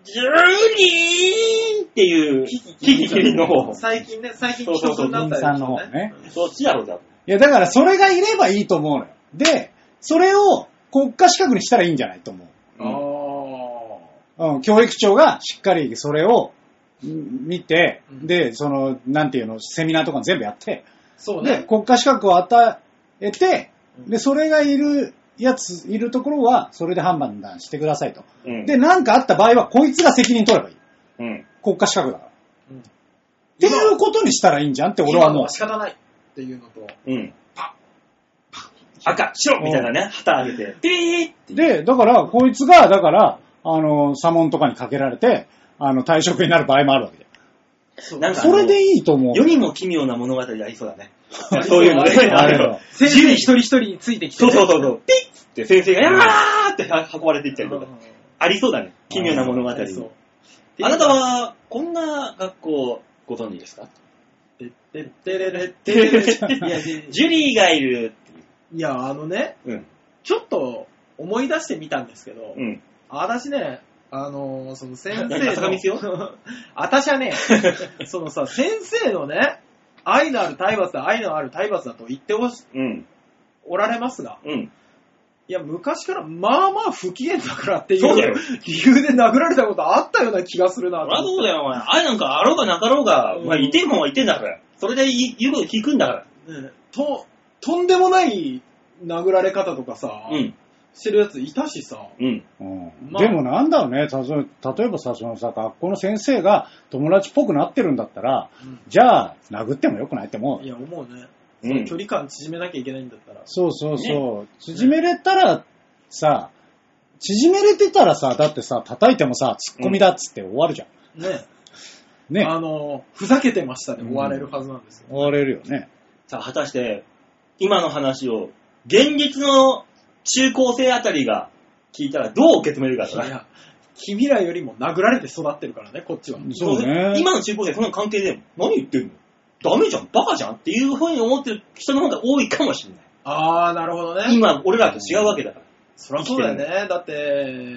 ジュリーっていう、キキキリの方。 最近ね、最近既得になったさんの方ね。 そっちだろうだ。いや、だからそれがいればいいと思うのよ。で、それを国家資格にしたらいいんじゃないと思う。ああ。うん、教育長がしっかりそれを見て、うん、で、その、なんていうの、セミナーとか全部やって、 そうね。 で、国家資格を与えて、で、それがいるやつ、いるところは、それで判断してくださいと。うん、で、なんかあった場合は、こいつが責任取ればいい。うん、国家資格だから。うん、っていうことにしたらいいんじゃんって俺はもう。 今のは仕方ないっていうのと、 うん。パッ、パッ、赤、白みたいなね、旗上げて、ピーって。 で、だから、こいつが、だから、あの、左門とかにかけられて、あの、退職になる場合もあるわけで。 そうなんかそれでいいと思う。 世にも奇妙な物語ありそうだね。そういうのね。 あれ先生一人一人についてきて、 ね。そうそうそう。ピッって先生がやーって運ばれていったりとか。ありそうだね。奇妙な物語。あなたは、こんな学校ご存知ですか？ てってってれれってれれ。 ジュリーがいるっていう。 いや、あのね、うん、ちょっと思い出してみたんですけど、うん、私ね、あのー、その先生の、私はね、そのさ、先生のね、愛のある体罰だ、愛のある体罰だと言っておし、うん、おられますが、うん、いや、昔からまあまあ不機嫌だからっていう理由で殴られたことあったような気がするなと。 そりゃそうだよ、お前。愛なんかあろうがなかろうが、うん、お前、いてんもんはいてんだから。それで言うこと聞くんだから。 うん、と、とんでもない殴られ方とかさ、うんしてるやついたしさ。 うん。うんまあ、でもなんだろうね、た例えばさ、そのさ、学校の先生が友達っぽくなってるんだったら、うん、じゃあ、殴ってもよくないって思う。 いや、思うね。うん、その距離感縮めなきゃいけないんだったら。 そうそうそう。ね、縮めれたら、さ、縮めれてたらさ、だってさ、叩いてもさ、ツッコミだっつって終わるじゃん。 ね。ね。あの、ふざけてましたね、終われるはずなんですよ、ねうん。終われるよね。 さあ、果たして、今の話を、現実の中高生あたりが聞いたらどう受け止めるかだな。いや、 君らよりも殴られて育ってるからね、こっちは。 そうね。今の中高生そんな関係で何言ってんの？ダメじゃん、バカじゃんっていう風に思ってる人の方が多いかもしれない。 あー、なるほどね。 今、俺らと違うわけだから。 そりゃそうだよね。だって、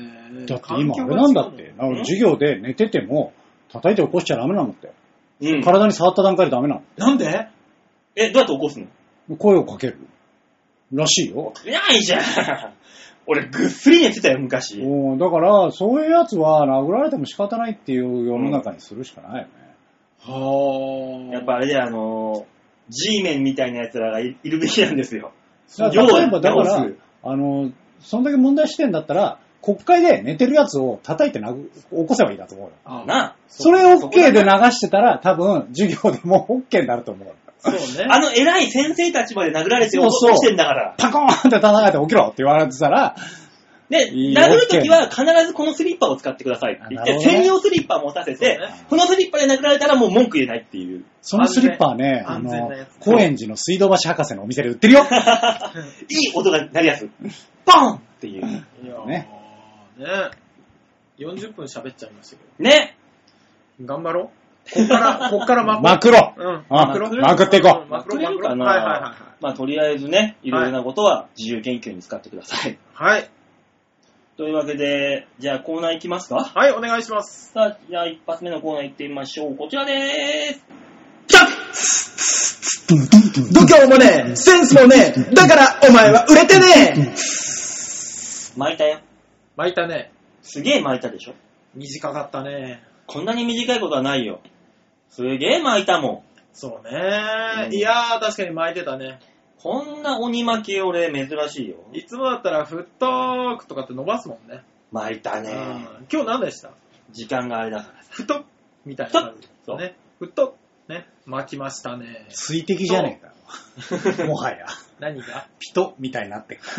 だって今あれなんだって。授業で寝てても叩いて起こしちゃダメなんだって。うん。体に触った段階でダメなの。 なんで？ え、どうやって起こすの？ 声をかける。らしいよ。 いないじゃん。俺、ぐっすり寝てたよ、昔。 おだから、そういうやつは殴られても仕方ないっていう世の中にするしかないよね。 うん、はぁ。やっぱあれで、あの、G メンみたいなやつらが い, いるべきなんですよ。 例えば、だから、あの、そんだけ問題してんだったら、国会で寝てるやつを叩いて殴起こせばいいだと思うよ。 ああなあ。 それ OK で流してたら、多分、授業でも OK になると思う。 そうね。あの偉い先生たちまで殴られて起こしてんだから。 パコーンって叩かれて起きろって言われてたら、 で、殴るときは必ずこのスリッパを使ってくださいって言って、ね、専用スリッパを持たせて、ね、このスリッパで殴られたらもう文句言えないっていう。 そのスリッパはね、あの、高円寺の水道橋博士のお店で売ってるよ。いい音が鳴りやすい。ポンっていう。いやね。 ね。よんじゅっぷん喋っちゃいましたけど。 ね。 頑張ろう。こっから、こっからマクロ。 うん。 マクロまくっていこう。 マクロ、マクロ。はいはいはい。まあ、とりあえずね、いろいろなことは自由研究に使ってください。 はい。 というわけで、じゃあコーナー行きますか？ はい、お願いします。 さあ、じゃあ一発目のコーナー行ってみましょう。こちらでーす。キャッ度胸もねえ、センスもねえ、だからお前は売れてねえ。 巻いたよ。 巻いたね。 すげえ巻いたでしょ？ 短かったね。 こんなに短いことはないよ。すげえ巻いたもん。 そうね、うん。いやー、確かに巻いてたね。 こんな鬼巻き俺珍しいよ。 いつもだったらフットークとかって伸ばすもんね。 巻いたね。 今日何でした？ 時間があれだからさ。 フットみたいな感じ。そうね。フットね。巻きましたね。 水滴じゃねえか。もはや。 何が？ ピトみたいになってる。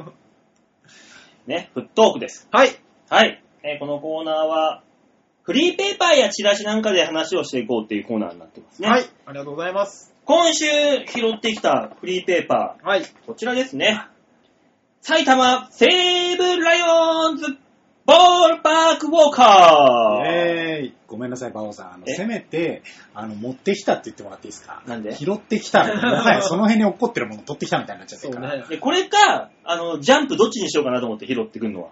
ね、フットークです。 はい。 はい。えー、このコーナーは、フリーペーパーやチラシなんかで話をしていこうっていうコーナーになってますね。 はい。ありがとうございます。 今週拾ってきたフリーペーパー。 はい。 こちらですね。埼玉西武ライオンズボールパークウォーカー。 えーい。ごめんなさい、バオさん。あの、せめて、あの、持ってきたって言ってもらっていいですか？ なんで？ 拾ってきたの。もはやその辺に落っこってるもの取ってきたみたいになっちゃってるから。 そうね。これか、あの、ジャンプどっちにしようかなと思って拾ってくるのは。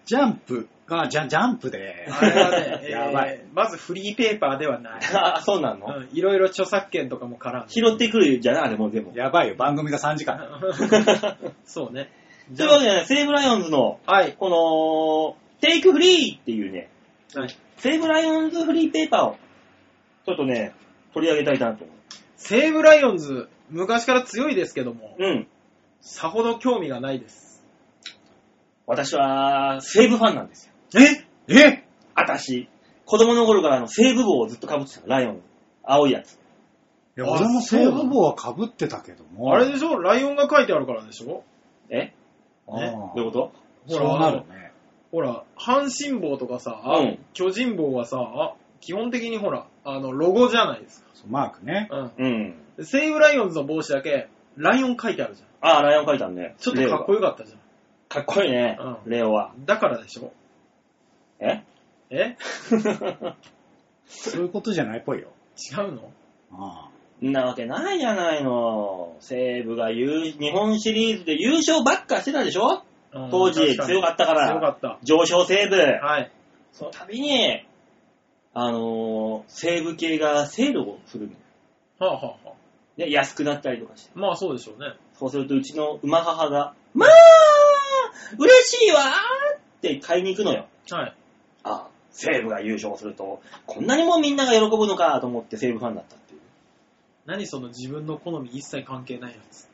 ジャンプが、ジャジャンプで。 あれはね、 やばい、 えー。まずフリーペーパーではない。 あ、そうなの、 うん、いろいろ著作権とかも絡んで。 拾ってくるじゃないあれもでも。 やばいよ、番組がさんじかん。 そうね。 というわけでね、西武ライオンズの、 はい。 この、テイクフリーっていうね、 はい。 西武ライオンズフリーペーパーを、ちょっとね、取り上げたいなと思う。 西武ライオンズ、昔から強いですけども、 うん。 さほど興味がないです。 私は、西武ファンなんですよ。 ええ私、子供の頃からあの西武帽をずっと被ってたの、ライオンズ。青いやつ。 いや、俺も西武帽は被ってたけども。 あれでしょライオンが書いてあるからでしょえあねどういうことそうなるね。 ほら、阪神帽とかさ、 うん巨人帽はさ、基本的にほら、あの、ロゴじゃないですか。 そうマークね。 うん。 うん。 で西武ライオンズの帽子だけ、ライオン書いてあるじゃん。 ああ、ライオン書いたんね。 ちょっとかっこよかったじゃん。 かっこいいね、 うんレオは。 だからでしょええそういうことじゃないっぽいよ。 違うのあんなわけないじゃないの。西武が優日本シリーズで優勝ばっかしてたでしょうん当時確かに強かったから。 強かった。 上昇西武。 はい。 その度に、あのー、西武系がセールをするの。 はあ、はあはあ、 で、安くなったりとかして。 まあそうでしょうね。 そうするとうちの馬母が、まあ嬉しいわーって買いに行くのよ。 はい。 ああ、西武が優勝すると、こんなにもみんなが喜ぶのかと思って西武ファンだったっていう。 何その自分の好み一切関係ないやつ。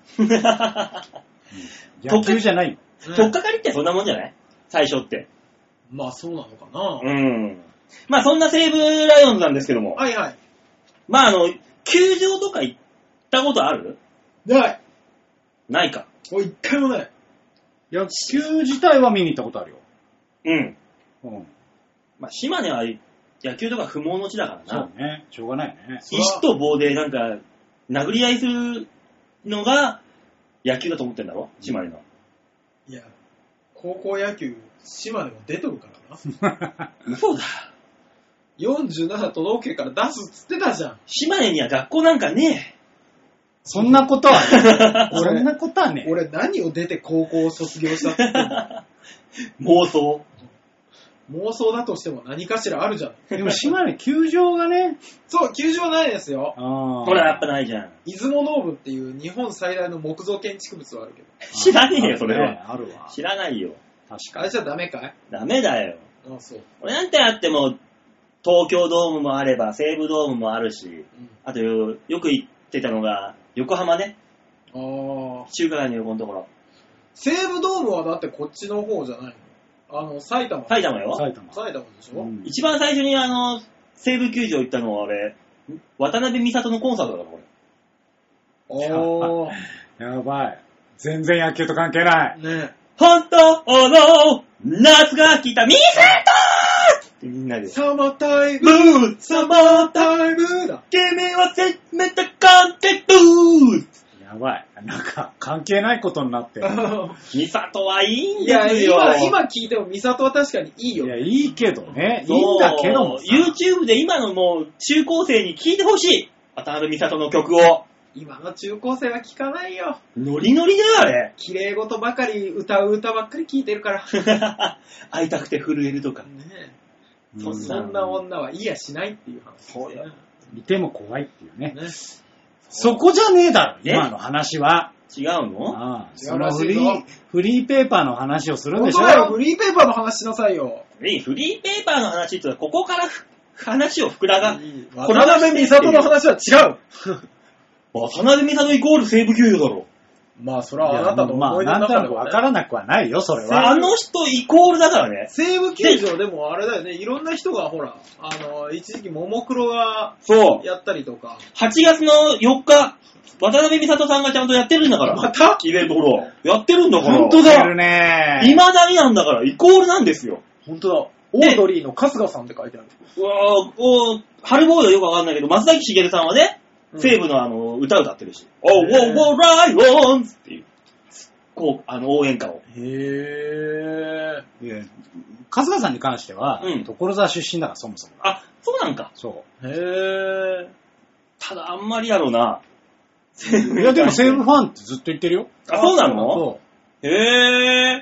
野球じゃないよ。 とっかかりってそんなもんじゃない最初って。 まあそうなのかな。 うん。まあそんな西武ライオンズなんですけども。 はいはい。 まああの、球場とか行ったことある？ ない。 ないか。 おい、一回もない。 野球自体は見に行ったことあるよ。 うん。 うん。 まあ島根は野球とか不毛の地だからそな。 うね。しょうがないね。 石と棒でなんか、殴り合いするのが野球だと思ってんだろ島根の。 いや、高校野球、島でも出とるからな。 そうだ。 よんじゅうなな都道府県から出すっつってたじゃん。 島根には学校なんかねそんなことはね。そんなことはね。 俺何を出て高校を卒業したって言ってんの妄想。 妄想だとしても何かしらあるじゃん。 でも島根球場がね。 そう、球場ないですよ。 あほら、やっぱないじゃん。 出雲ドームっていう日本最大の木造建築物はあるけど。 知らねえよ、それねは。 あるわ。 知らないよ。 確かに。 あれじゃダメかい？ ダメだよ。 ああ、そう。 俺なんてあっても、東京ドームもあれば、西武ドームもあるし、 うん、 あとよ、よく行ってたのが、横浜ね。 ああ。 中華街の横のところ。 西武ドームはだってこっちの方じゃないの？あの、埼玉。 埼玉よ。 埼玉。 埼玉でしょ、うん、 一番最初にあの、西武球場行ったのは俺、渡辺美里のコンサートだから、俺。 おー。 やばい。全然野球と関係ない。 ね本当の夏が来たミセトってみんなで。 サマータイムブーサマータイムだ。 君はせめて関係ブーやばい。なんか、関係ないことになってる。 ミサトはいいんいや、 ですよ。 今、今聞いてもミサトは確かにいいよ。 いや、いいけどね。いいんだけどもさ。 YouTube で今のもう中高生に聴いてほしい。渡辺美里の曲を。 今の中高生は聞かないよ。 ノリノリだよ、あれ。 綺麗事ばかり歌う歌ばっかり聞いてるから。 会いたくて震えるとか。 ねえ、 うんそんな女はいいやしないっていう話ですよ。 そうよ。 いても怖いっていうね。 ね。 そこじゃねえだろ、 え今の話は。 違うのああ、 違そうのらしいぞフリー、フリーペーパーの話をするんでしょ。 本当だよ、フリーペーパーの話しなさいよ。 フリーフリーペーパーの話って言うとここからふ話を膨らが、 渡辺美里の話は違う。 渡辺美里イコール西武球場だろ。 まあ、それはあなたのまあ、 思い出なんとなくの中でも、ね。 わからなくはないよ、それは。 あの人イコールだからね。 西武球場でもあれだよね、いろんな人がほら、あの、一時期ももクロがそう。 やったりとか。 はちがつのよっか、渡辺美里さんがちゃんとやってるんだから。 またイベントほら。やってるんだから。 本当だ。ね未だになんだから、イコールなんですよ。 本当だ。オードリーの春日さんって書いてある。 うわーおー春ボーイはよくわかんないけど、松崎しげるさんはね、 うん西武のあの、歌歌ってるし、おーおーおーライオンズっていう、こう、あの、応援歌を。 へぇいや春日さんに関しては、 うん所沢出身だから、そもそも。 あ、そうなんか。 そー。へぇただあんまりやろうな。 う。いや、でも西武ファンってずっと言ってるよ。 あ、そうなのそへー。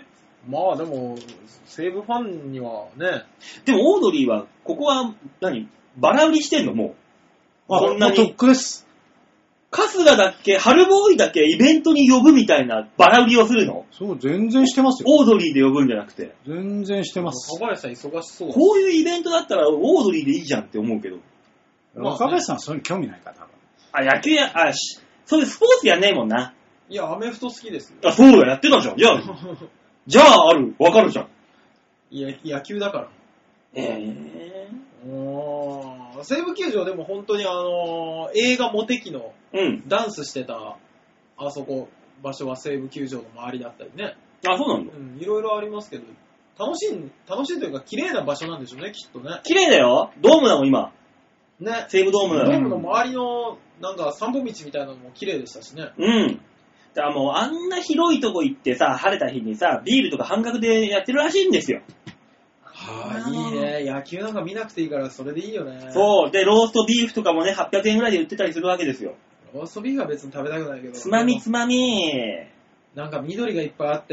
まあでも、西武ファンにはね。 でもオードリーは、ここは何、バラ売りしてんのもう。 あ、 こんなに。 とっくです。 春日だっけ、春ボーイだけイベントに呼ぶみたいなバラ売りをするの？ そう、全然してますよ。 オードリーで呼ぶんじゃなくて。 全然してます。 若林さん忙しそう。 こういうイベントだったらオードリーでいいじゃんって思うけど。 若林さんはそういうの興味ないから、多分。 あ、野球や、あ、し、そういうスポーツやんねえもんな。 いや、アメフト好きですよ。 あ、そうだ、やってたじゃん。じゃあ、じゃあある、わかるじゃん。 いや、野球だから。 ええー。おー。西武球場でも本当にあのー、映画モテキのダンスしてた、あそこ、場所は西武球場の周りだったりね。 あ、そうなんだ。 うん、いろいろありますけど、楽しい、楽しいというか綺麗な場所なんでしょうね、きっとね。 綺麗だよ。ドームだもん、今。 ね。 西武ドームだよ。 ドームの周りの、なんか散歩道みたいなのも綺麗でしたしね。 うん。だからもう、あんな広いとこ行ってさ、晴れた日にさ、ビールとか半額でやってるらしいんですよ。 はあ、いいね。野球なんか見なくていいからそれでいいよね。 そう。で、ローストビーフとかもね、はっぴゃくえんぐらいで売ってたりするわけですよ。 ローストビーフは別に食べたくないけど。 つまみつまみ。 なんか緑がいっぱいあって、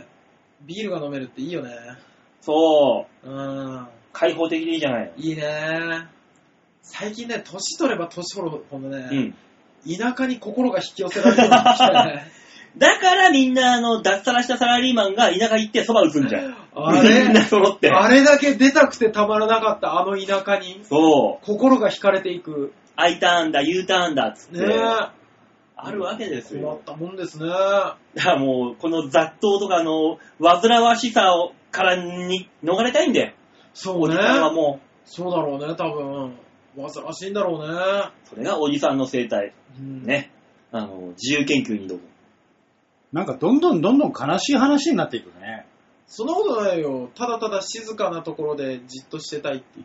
ビールが飲めるっていいよね。 そう。うん。 開放的でいいじゃない。 いいね。最近ね、年取れば年取るほどね、うん、田舎に心が引き寄せられるようになってきてね。 だからみんな、あの、脱サラしたサラリーマンが田舎行って蕎麦打つんじゃん。 あれみんな揃って。 あれだけ出たくてたまらなかったあの田舎に。 そう。 心が惹かれていく。 I ターンだ、U ターンだっつって。 ねえ。 あるわけですよ。 困ったもんですね。だからもう、この雑踏とかの煩わしさをからに逃れたいんだよ。 そうね。 おじさんはもう。 そうだろうね、多分。煩わしいんだろうね。 それがおじさんの生態。うん、ね。あの、自由研究にどうぞ。 なんかどんどんどんどん悲しい話になっていくね。 そんなことないよ。ただただ静かなところでじっとしてたいっていう。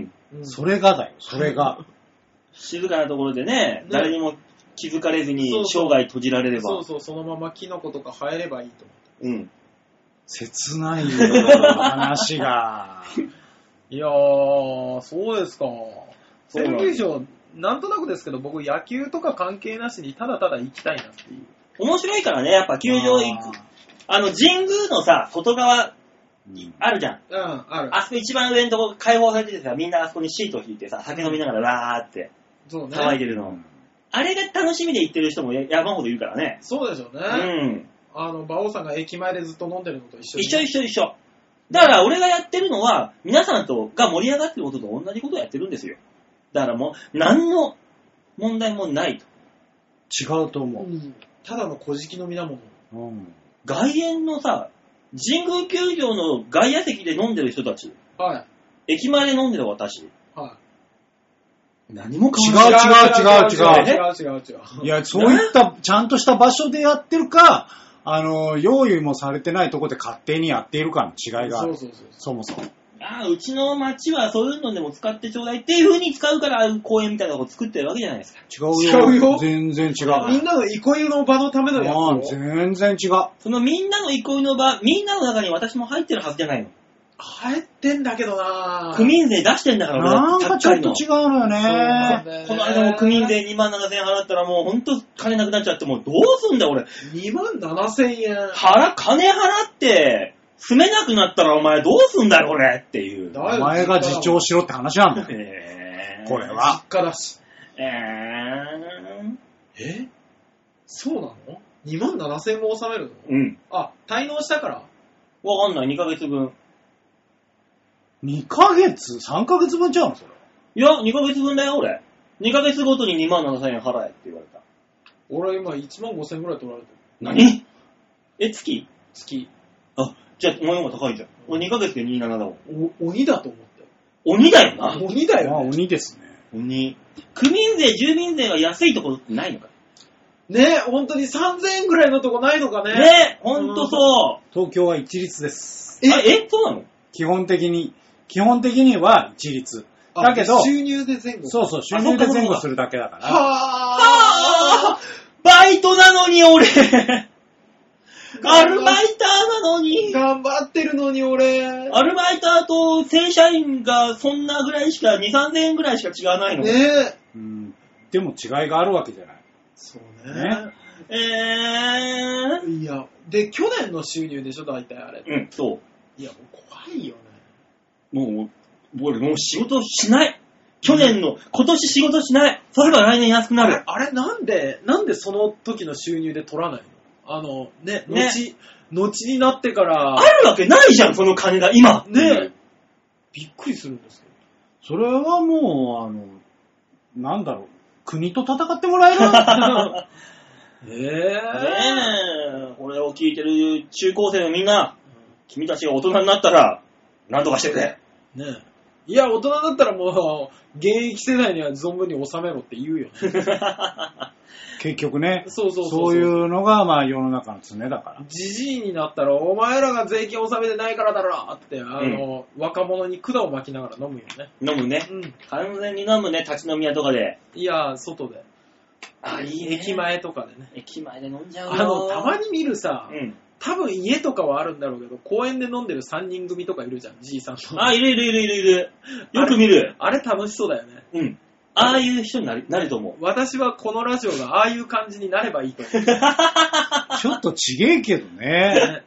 うん。 うん、それがだよ、それが。 静かなところでね、ね誰にも気づかれずに生涯閉じられれば。 そうそう、そのままキノコとか生えればいいと思って。 うん。切ないよ、話が。 いやー、そうですか。西武球場、なんとなくですけど、僕野球とか関係なしにただただ行きたいなっていう。 面白いからね、やっぱ球場行く。あの、神宮のさ、外側、あるじゃん。 うん、ある。 あそこ一番上のとこ開放されててさ、みんなあそこにシートを引いてさ、酒飲みながらわーって、 そうね。 騒いでるの。あれが楽しみで行ってる人も山ほどいるからね。 そうでしょうね。 うん。 あの、馬王さんが駅前でずっと飲んでるのと一緒、 ね、一緒一緒一緒。だから俺がやってるのは、皆さんとが盛り上がってることと同じことをやってるんですよ。だからもう、何の問題もないと。 違うと思う。うん、 ただの小敷のみなもの。 うん。外苑のさ、神宮球場の外野席で飲んでる人たち。 はい。 駅前で飲んでる私。 はい。 何も変わらない。違う違う違う違う。 違う違う違う。 いや、そういったちゃんとした場所でやってるか、あの、用意もされてないところで勝手にやっているかの違いがある。 そうそうそう。 そもそも。 ああ、うちの町はそういうのでも使ってちょうだいっていう風に使うから、ああいう公園みたいなとこ作ってるわけじゃないですか。 違うよ。 違うよ。 全然違う。 みんなの憩いの場のためのやつよ。 全然違う。 そのみんなの憩いの場、みんなの中に私も入ってるはずじゃないの。 入ってんだけどなぁ。 区民税出してんだから、 なんかちょっと違うのよね。 ねこの間も区民税にまんななせんえん払ったらもうほんと金なくなっちゃってもうどうすんだよ俺。 にまんななせんえん。 払、金払って、住めなくなったらお前どうすんだよこれっていう。 お前が自重しろって話なんだよ。 えー、 これは。 実家だし。 えー、 えそうなの ?にまんななせんえんも納めるのうん。 あ、滞納したからわかんない、にかげつぶん。 にかげつ ?さんかげつぶんちゃうのそれ。 いや、にかげつぶんだよ俺。にかげつごとににまんななせんえん払えって言われた。 俺今いちまんごせんえんぐらい取られてる。 何え、月月。 あ、じゃあ、お前の方が高いじゃん。俺にかげつでにじゅうななだもん。 お、鬼だと思って。 鬼だよな。 鬼だよ、ね。 あ、鬼ですね。 鬼。区民税、住民税が安いところってないのかねえ、ほんとにさんぜんえんぐらいのとこないのかね。 ねえ、ほんとそう。 東京は一律です。 え、え、そうなの？ 基本的に、基本的には一律。だけど、 収入で前後。 そうそう、収入で前後するだけだから。 はぁーバイトなのに俺アルバイターなのに頑張ってるのに俺アルバイターと正社員がそんなぐらいしか、に、さんぜんえんぐらいしか違わないのねえ。 うん。でも違いがあるわけじゃない。 そうね。 ね。 えー。 いや、で、去年の収入でしょ、大体あれ。 うん、そう。 いや、もう怖いよね。 もう、俺もう仕事しない。去年の、今年仕事しない。そうすれば来年安くなる。 あれ、あれなんで、なんでその時の収入で取らないの？あの、ね、 ね後、後になってから。 あるわけないじゃん、その金が今。 ね、びっくりするんですけど。 それはもう、あの、なんだろう、国と戦ってもらえるえねえ、これを聞いてる中高生のみんな、君たちが大人になったら、何とかしてくれ。 ねえ。いや、大人だったらもう、現役世代には存分に収めろって言うよね。 結局ね。 そうそうそうそう。 そういうのが、まあ世の中の常だから。 じじいになったら、お前らが税金納めてないからだろって、あの、うん、若者に管を巻きながら飲むよね。 飲むね。うん。完全に飲むね、立ち飲み屋とかで。 いや、外で。 あ、いいね。 駅前とかでね。 駅前で飲んじゃうよ。 あの、たまに見るさ、 うん。 多分家とかはあるんだろうけど、公園で飲んでるさんにん組とかいるじゃん、じいさんと。 あ、いるいるいるいるいる。よく見る。 あれ、あれ楽しそうだよね。 うん。ああいう人になる、なると思う。 私はこのラジオがああいう感じになればいいと思う。 ちょっとちげえけどね。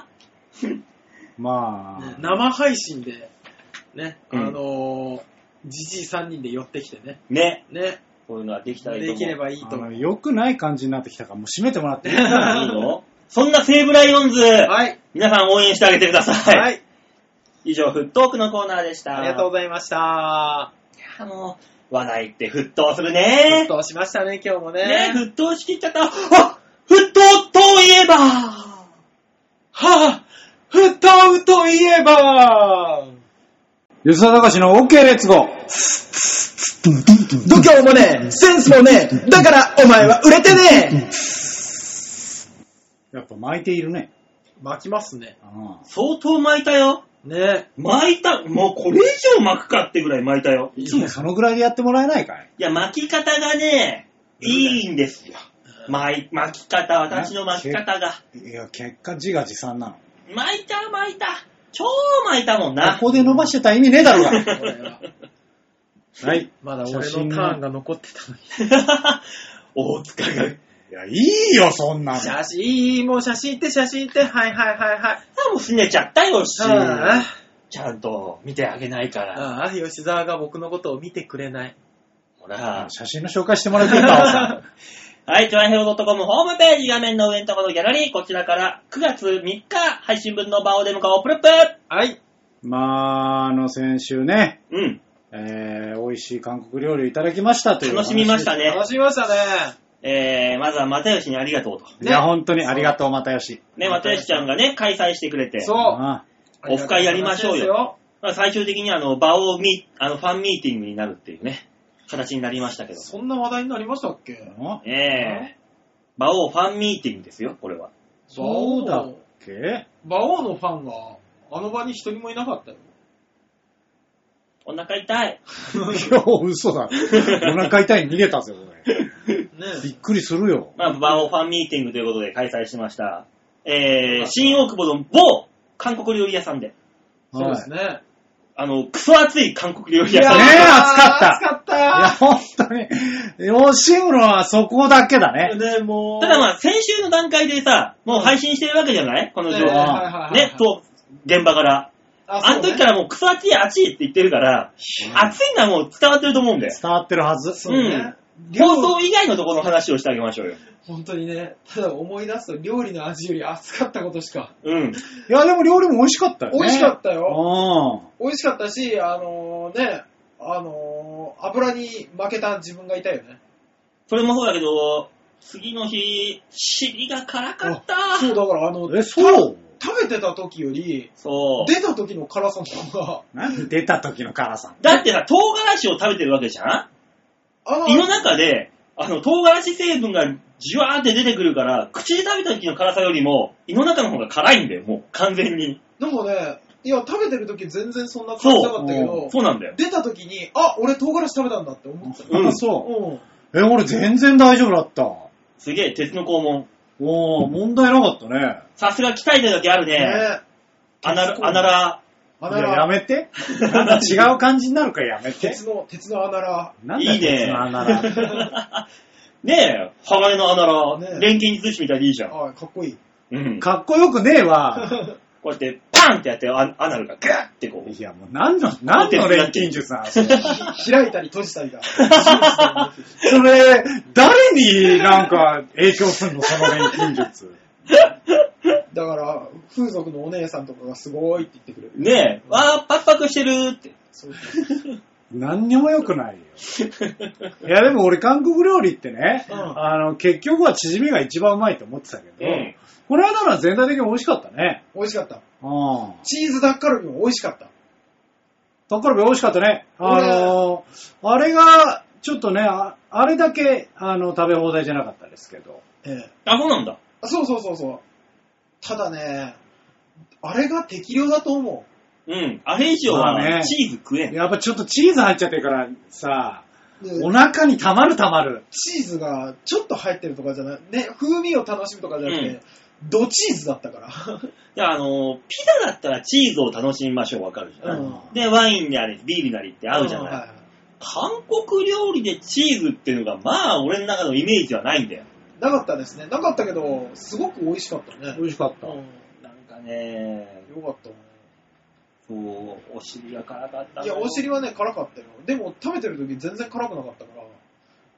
まあ、 ね。生配信で、ね、 うん、 あのー、じじいさんにんで寄ってきてね。 ね。 ね。 こういうのはできたらいいと思う。 できればいいと思う。 良くない感じになってきたから、もう閉めてもらっていいいいの？そんな西武ライオンズ、 はい。 皆さん応援してあげてください。 はい。 以上、フットークのコーナーでした。 ありがとうございました。あの、話題って沸騰するね。 沸騰しましたね、今日もね。 ね、沸騰しきっちゃった。あ、沸騰といえばはぁ、沸騰といえば吉田隆の OK レッツゴー。 度胸もね、センスもね、だからお前は売れてね。 やっぱ巻いているね。 巻きますね。 ああ、 相当巻いたよ。 ね。 巻いた。もうこれ以上巻くかってぐらい巻いたよ。 いつもそのぐらいでやってもらえないかい？ いや、巻き方がね、いいんですよ。巻, 巻き方、私の巻き方が。 いや、結果自画自賛なの。 巻いた巻いた。超巻いたもんな。 ここで伸ばしてた意味ねえだろうが。はい。 まだ俺のターンが残ってたのに。 大塚が。いや、いいよ、そんなの。 写真、もう写真って写真って、はいはいはいはい。 あ、もうすねちゃったよ、し。 ああ、 ちゃんと見てあげないから。 ああ、吉沢が僕のことを見てくれない。 ほら。 写真の紹介してもらっていいか、さん。 はい、チョアヘオ .com ホームページ画面の上のところのギャラリー、こちらからくがつみっか配信分の場をデモ化をプルップ。 はい。 まあ、あの、先週ね。 うん。 えー、美味しい韓国料理いただきましたという。 楽しみましたね。 楽しみましたね。 えー、まずは又吉にありがとうと。 いや、本当にありがとう、又吉。 ね、又吉ちゃんがね、開催してくれて。 そう。 オフ会やりましょうよ。最終的にあの、場をみ、あの、ファンミーティングになるっていうね、形になりましたけど。 そんな話題になりましたっけ？ ええー。場をファンミーティングですよ、これは。 そうだっけ？ 馬王のファンは、あの場に一人もいなかったよ。 お腹痛い。 いや、嘘だ。お腹痛いに逃げたぜ、これ。ね、びっくりするよ。 まあ、場をファンミーティングということで開催しました。えー、新大久保の某韓国料理屋さんで。 そうですね。 あの、クソ熱い韓国料理屋さん。 ねえ、暑かった。 暑かった。 いや、ほんとに。吉村はそこだけだね。 ね、もう。 ただまあ、先週の段階でさ、もう配信してるわけじゃないこの情報。ね、と、現場から。あ, あの時からもうクソ熱い熱いって言ってるから、熱いのはもう伝わってると思うんだよ。 伝わってるはず。 そうね。うん、放送以外のところの話をしてあげましょうよ。 本当にね、ただ思い出すと料理の味より熱かったことしか。 うん。 いや、でも料理も美味しかったよね。 美味しかったよ。 うん。 美味しかったし、あのー、ね、あのー、油に負けた自分がいたよね。 それもそうだけど、次の日、尻が辛かった。 そう、だからあの、 え、そう食べてた時より、 そう。 出た時の辛さの方が。 何出た時の辛さ。 だってさ、唐辛子を食べてるわけじゃん？あの胃の中で、あの、唐辛子成分がじわーって出てくるから、口で食べた時の辛さよりも、胃の中の方が辛いんだよ、もう、完全に。 なんかね、いや、食べてる時全然そんな感じなかったけど、 そうなんだよ。 出た時に、あ、俺唐辛子食べたんだって思った。 うん、そう。うん、え、俺全然大丈夫だった。 すげえ、鉄の肛門。 おー、問題なかったね。 さすが鍛えてるだけあるね。ね、アナラ、アナラ。 アナラ。いや、やめて。なんか違う感じになるからやめて。 鉄の、鉄のアナラ。 なんだよ、 いいね。 鉄のアナラ。 ねえ、鋼の穴ら、 ねえ錬金術師みたいでいいじゃん。 はい、かっこいい。 うん。 かっこよくねえわ。 こうやって、パンってやって、アナルがグッってこう。 いや、もう何の、何の錬金術なのそれ。 開いたり閉じたりだ。 それ、誰になんか影響すんのその錬金術。 だから、風俗のお姉さんとかがすごいって言ってくれる。 ねえ、わー、パクパクしてるって。 そうそう何にも良くないよ。いや、でも俺韓国料理ってね、 うん、 あの、結局はチヂミが一番うまいと思ってたけど、うん、この間のは全体的に美味しかったね。 美味しかった。 うん、 チーズダッカルビも美味しかった。 ダッカルビ美味しかったね。あのー、あれが、ちょっとね、あ, あれだけ、あの、食べ放題じゃなかったですけど。 ええ。 あ、そうなんだ。 そうそうそうそう。ただね、あれが適量だと思う。 うん。あれ以上はね、チーズ食えん。 やっぱちょっとチーズ入っちゃってるからさ、お腹にたまるたまる。 チーズがちょっと入ってるとかじゃない、ね、風味を楽しむとかじゃなくて、うん、ドチーズだったから。いや、あの、ピザだったらチーズを楽しみましょう、わかるじゃん、うん。で、ワインなり、ビールなりって合うじゃない、うんはいはい。韓国料理でチーズっていうのが、まあ、俺の中のイメージはないんだよ。 なかったですね。なかったけど、すごく美味しかったね。 美味しかった。うん、 なんかね、 よかったね。 そう、お尻が辛かったな。 いや、お尻はね、辛かったよ。でも、食べてる時全然辛くなかったから、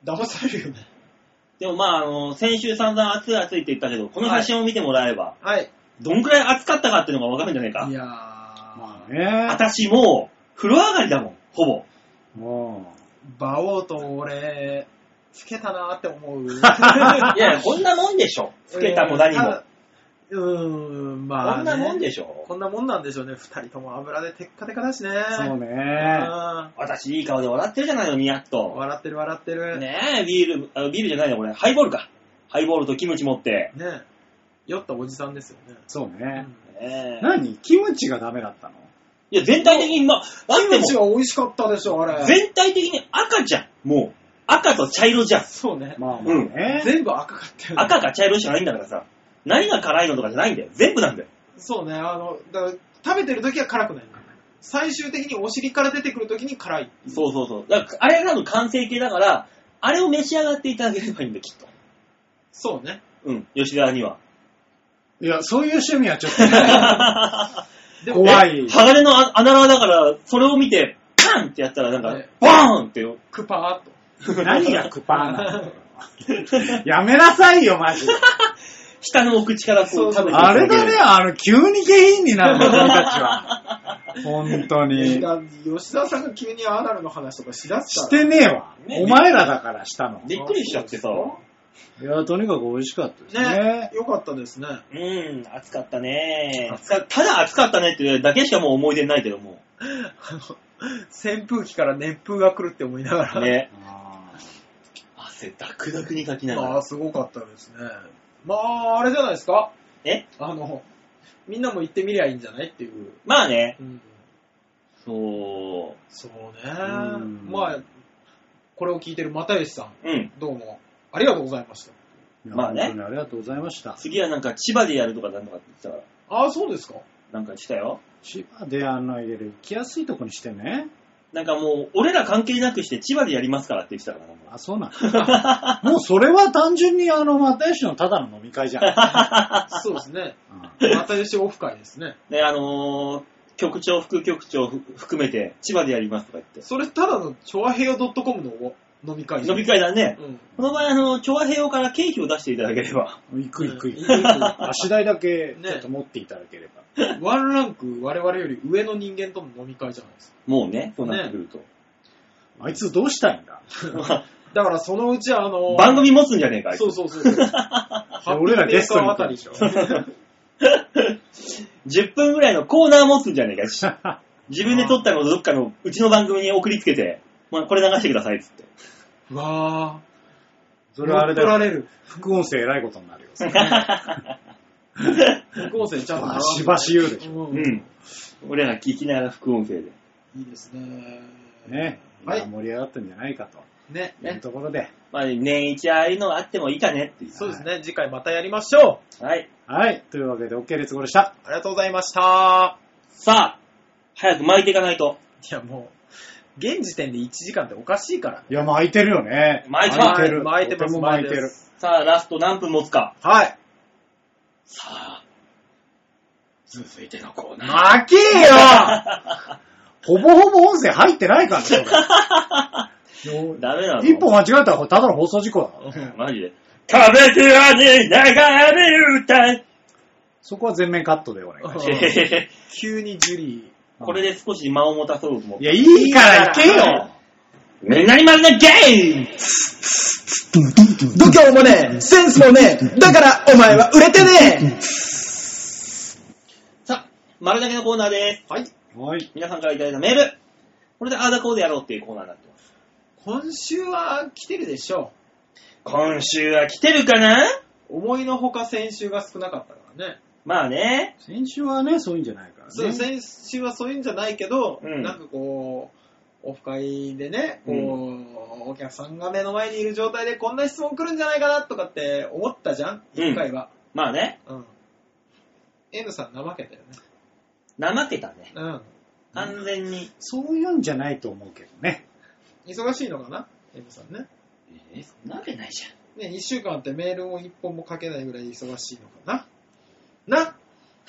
騙されるよね。 でもまあ、あの、先週散々熱い熱いって言ったけど、この写真を見てもらえば、 はい。 どんくらい熱かったかっていうのがわかるんじゃないか。 いやー。 まあね。私もう、風呂上がりだもん、ほぼ。 もう、馬王と俺、老けたなーって思う。いやいや、こんなもんでしょ。老けたも何も。 うーん、まあ、ね、 こんなもんでしょ。 こんなもんなんでしょうね。二人とも油でテッカテカだしね。 そうね。 私いい顔で笑ってるじゃないの、ニヤッと。 笑ってる笑ってる。 ねえ、ビール、あビールじゃないのこれ。ハイボールか。ハイボールとキムチ持って。 ねえ。酔ったおじさんですよね。 そうね。 うん、ね何キムチがダメだったの？ いや、全体的に、ま、 キムチは美味しかったでしょ、あれ。 全体的に赤じゃん。もう。赤と茶色じゃん。 そうね。 まあまあね。 うん、全部赤かったよね。 赤か茶色しかないんだからさ。何が辛いのとかじゃないんだよ。全部なんだよ。 そうね。あの、だから食べてる時は辛くない。最終的にお尻から出てくる時に辛い。 そうそうそう。だからあれがの完成形だから、あれを召し上がっていただければいいんだよ、きっと。 そうね。 うん、吉田には。 いや、そういう趣味はちょっと、ね、怖い。 鋼の穴縄だから、それを見て、パンってやったらなんか、ね、バーンってよ。 クパーっと。何がクパーなのやめなさいよ、マジで。 下のお口からこう食べてあれだね、あの、急に下品になるの、君たちは。本当に。 吉田さんが急にアナルの話とかしだしたしてねえわ。ね、お前らだからしたの。 びっくりしちゃってさ。 いや、とにかく美味しかったですね。 ねよかったですね。 うん、暑かったね。ただ暑かったねってだけしかもう思い出ないけども。 扇風機から熱風が来るって思いながら。 ね。汗ダクダクにかきながら。 ああ、すごかったですね。まあ、あれじゃないですか。 えあの、みんなも行ってみりゃいいんじゃないっていう。 まあね。 うん、 そう。 そうね。まあ、これを聞いてる又吉さん。 うん。 どうも、ありがとうございました。 まあね。 本当にありがとうございました。 次はなんか千葉でやるとかなんとかって言ってたから。 ああ、そうですか。 なんかしたよ。 千葉でやんないで行きやすいとこにしてね。 なんかもう、俺ら関係なくして千葉でやりますからって言ってたからな。 あ、そうなんだ。もうそれは単純にあの、又吉のただの飲み会じゃん。 そうですね。又吉オフ会ですね。 ね、あのー、局長、副局長含めて千葉でやりますとか言って。 それただのチョアヘヨ .com の飲み会飲み会だね。 うん、 この場合、あの、チョアヘヨから経費を出していただければ。 行く行く行く。足代だけちょっと持っていただければ。 ね、ワンランク我々より上の人間との飲み会じゃないですか。 もうね、そうなってくると。ね、 あいつどうしたいんだだからそのうちあのー、 番組持つんじゃねえか、あいつ。 そうそうそうそう。 俺らゲストにあたりでしょ。 じゅっぷんぐらいのコーナー持つんじゃねえかし。自分で撮ったのをどっかのうちの番組に送りつけて、まあ、これ流してくださいっつって。 うわぁ。それはあれだよ。 られる。 副音声偉いことになるよ。 副音声ちゃんとしばし言うでしょ。 うん。俺ら聞きながら副音声で。 いいですね。 ね。 はい。 盛り上がったんじゃないかと。 ね。 いうところで。 まあ、年一ああいうのがあってもいいかねっていう。 そうですね。次回またやりましょう。はい。 はい。というわけで、OK レッツゴーでした。 ありがとうございました。 さあ、早く巻いていかないと。 いや、も現時点でいちじかんっておかしいから。 いや、巻いてるよね。 巻いてます巻いてる。 巻いてます。 とても巻いてる。 さあ、ラスト何分持つか。 はい。 さあ、続いてのコーナー。 巻けよほぼほぼ音声入ってないからね。 ダメなの？ 一歩間違えたらこれただの放送事故だ。 マジで。壁際に流れ歌。 そこは全面カットでお願いします。 急にジュリこれで少し間を持たそうと思って。 いや、いいから行けよ。 みんなにまんなゲーム度胸もねえ、センスもねえ、だからお前は売れてねえ。 さあ、丸投げのコーナーです。 はい。 はい。 皆さんからいただいたメール。これであーだこうでやろうっていうコーナーになってます。 今週は来てるでしょう。今週は来てるかな？ 思いのほか先週が少なかったからね。 まあね。 先週はね、そういうんじゃないからね。 そう、先週はそういうんじゃないけど、 うん、 なんかこう、オフ会でね、こう、うん、お客さんが目の前にいる状態でこんな質問来るんじゃないかなとかって思ったじゃん、一回は。 まあね。 うん。N さん怠けたよね。 怠けたね。 うん。 完全に。 そういうんじゃないと思うけどね。 忙しいのかな ?N さんね。 えー、そんなわけないじゃん。ね、一週間ってメールを一本も書けないぐらい忙しいのかなな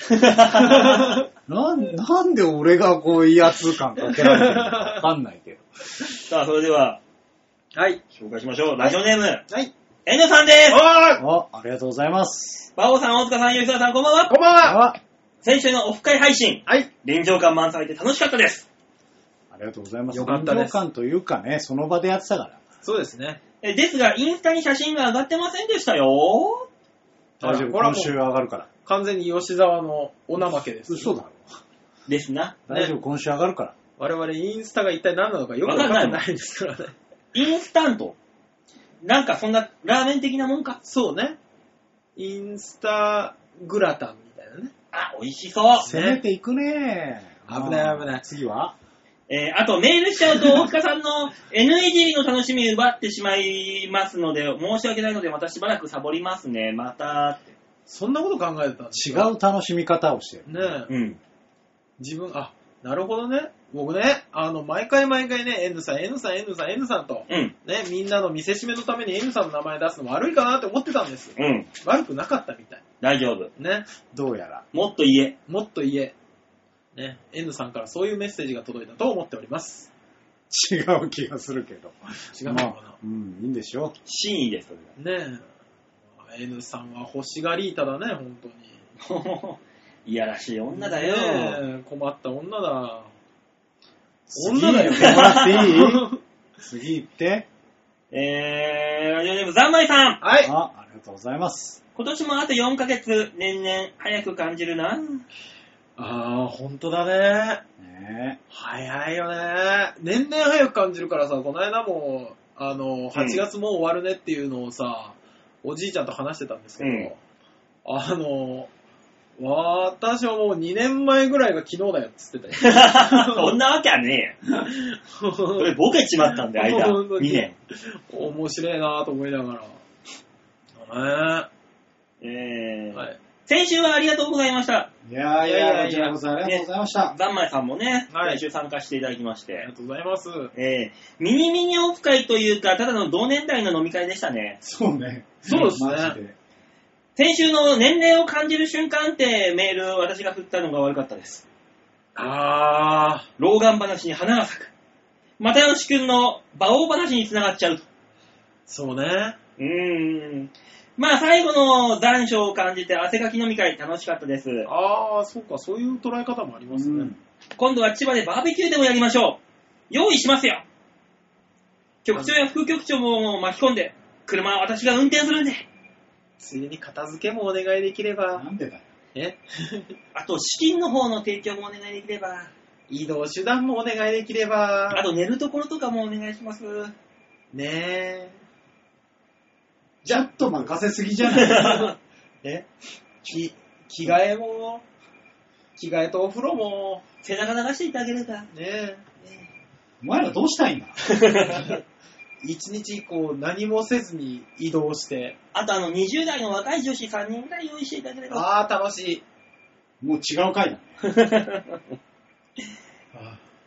な, なんで俺がこう威圧感かけられてるのかわかんないけど。 さあ、それでは、 はい。 紹介しましょう。ラジオネーム。 はい。 N さんです。 あありがとうございます。 バオさん、大塚さん、吉田さん、こんばんは。 こんばんは。 先週のオフ会配信。 はい。 臨場感満載で楽しかったです。 ありがとうございます。 よかったです。 臨場感というかね、その場でやってたから。 そうですね。 えですが、インスタに写真が上がってませんでしたよ。 大丈夫、今週上がるから。 完全に吉沢のお怠けです。 嘘だろ。 ですな。 大丈夫、ね、今週上がるから。 我々インスタが一体何なのかよくわかんないですからね。 インスタントなんかそんなラーメン的なもんか。 そうね。インスタグラタンみたいなね。 あ、美味しそう。 攻めていくね。 危ない危ない。 次はえー、あとメールしちゃうと大塚さんの エヌいじりの楽しみ奪ってしまいますので、申し訳ないのでまたしばらくサボりますね。またって。 そんなこと考えてたんですか？違う楽しみ方をしてる。 ねえ。うん。 自分、あ、なるほどね。僕ね、あの、毎回毎回ね、N さん、N さん、N さん、N さんと、 うん。 ね、みんなの見せしめのために N さんの名前出すの悪いかなって思ってたんです。 うん。 悪くなかったみたい。 大丈夫。 ね。 どうやら。 もっと言え。 もっと言え。ね、N さんからそういうメッセージが届いたと思っております。 違う気がするけど。 違うのかな、まあ、 うん、いいんでしょう。 真意です、それが。ねえ。N さんは欲しがりーただね、本当に。 いやらしい女だよ。 ねえ、困った女だ。 女だよ。困っていい次行って。 えー、ラジオネームざんまいさん。 はい。 あ、ありがとうございます。 今年もあとよんかげつ、年々早く感じるな。 ああ、ほんとだね。 ねえ。 早いよね。年々早く感じるからさ、この間も、あの、はちがつもう終わるねっていうのをさ、うん、おじいちゃんと話してたんですけど、うん、あの、私はもうにねんまえぐらいが昨日だよっつってたよ。 そんなわけはねえよ。それボケちまったんで、間。にねん。面白いなぁと思いながら。 えー、 はい。 先週はありがとうございました。 いやいやいや、こちらこそありがとうございました。 ざんまいさんもね、はい、先週参加していただきまして。 ありがとうございます。 えー、ミニミニオフ会というか、ただの同年代の飲み会でしたね。 そうね。 そうですね。マジで。 先週の年齢を感じる瞬間ってメール私が振ったのが悪かったです。 あー。 老眼話に花が咲く。又吉くんの馬王話に繋がっちゃう。 そうね。 うーん。まあ最後の残暑を感じて汗かき飲み会楽しかったです。 あー、そうか、そういう捉え方もありますね。 今度は千葉でバーベキューでもやりましょう。用意しますよ。局長や副局長も巻き込んで、車は私が運転するんで。 ついに片付けもお願いできれば。 なんでだよ。 えあと資金の方の提供もお願いできれば。 移動手段もお願いできれば。 あと寝るところとかもお願いします。 ねえ。 ちょっと任せすぎじゃないえき、着替えも、着替えとお風呂も。 背中流していてあげるか。 ねえ。 お前らどうしたいんだ一日以降何もせずに移動して。 あとあのにじゅう代の若い女子さんにんぐらい用意していただければ。 ああ、楽しい。 もう違う回だね。 さ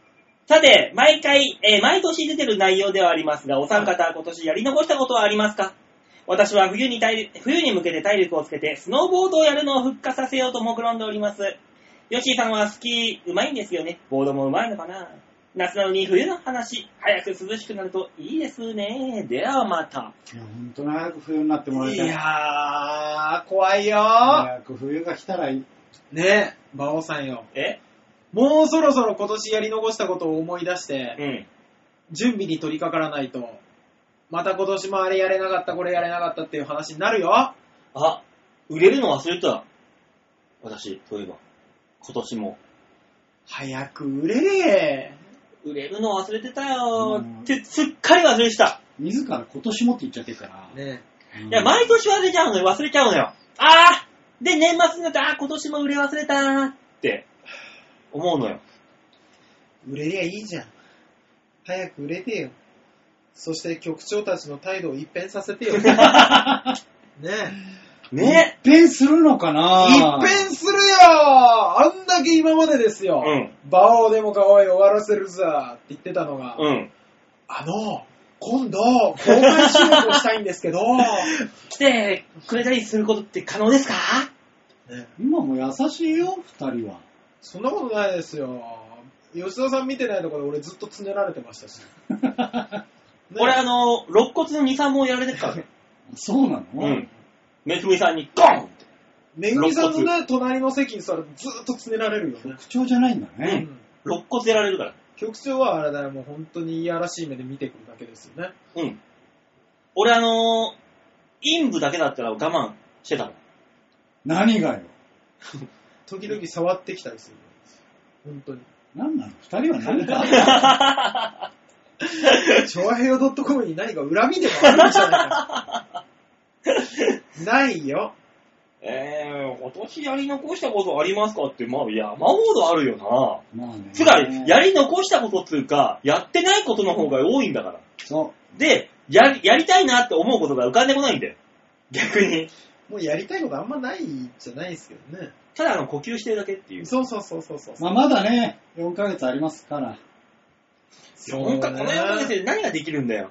さて、毎回、えー、毎年出てる内容ではありますが、お三方は今年やり残したことはありますか？私は冬に体冬に向けて体力をつけて、スノーボードをやるのを復活させようと目論んでおります。ヨッシーさんはスキー上手いんですよね。ボードも上手いのかな？夏なのに冬の話、早く涼しくなるといいですね。ではまた。 いや、ほんと早く冬になってもらいたい。 いやー、怖いよー。 早く冬が来たらいい。 ねえ、馬王さんよ。 えもうそろそろ今年やり残したことを思い出して、 うん。 準備に取り掛からないと、また今年もあれやれなかった、これやれなかったっていう話になるよ。 あ、売れるの忘れてた。私、そういえば。今年も。 早く売れれ売れるの忘れてたようんーって、すっかり忘れてた。 自ら今年もって言っちゃってるから。 ねうんいや、毎年忘れちゃうのよ、忘れちゃうのよ。あーで、年末になって、あー今年も売れ忘れたーって思うのよ。 売れりゃいいじゃん。早く売れてよ。そして局長たちの態度を一変させてよ。ねね一変するのかな？ 一変するよあんだけ今までですよ。 うん馬王でも可愛い終わらせるさって言ってたのが、 うん。 あの、今度、公開収録をしたいんですけど、 来てくれたりすることって可能ですか？ ね今も優しいよ、二人は。 そんなことないですよ。吉田さん見てないところで俺ずっとつねられてましたし。ね俺あの、肋骨のに、さんぼんやられてるからね。 そうなの？ うん。めぐみさんにゴンって。 めぐみさんのね、隣の席に座るとずっとつねられるよね。 口調じゃないんだうね。 ん肋骨やられるから。 局長はあれだよ、もう本当にいやらしい目で見てくるだけですよね。 うん。俺あのー、陰部だけだったら我慢してたの。 何がよ。 時々触ってきたりする。本当に。 何なの？二人は何かあったチョアヘヨ .com に何か恨みでもあるんじゃないか。ないよ。 えー、今年やり残したことありますかって、まあ山ほどあるよな。 まあね。 つまり、やり残したことっていうか、やってないことの方が多いんだから。 そで、やり、やりたいなって思うことが浮かんでこないんだよ。逆に。 もうやりたいことあんまないじゃないですけどね。 ただあの呼吸してるだけっていう。 そうそうそうそうそう。 う。まあまだね、よんかげつありますから。 そうほんとこのよんかげつで何ができるんだよ。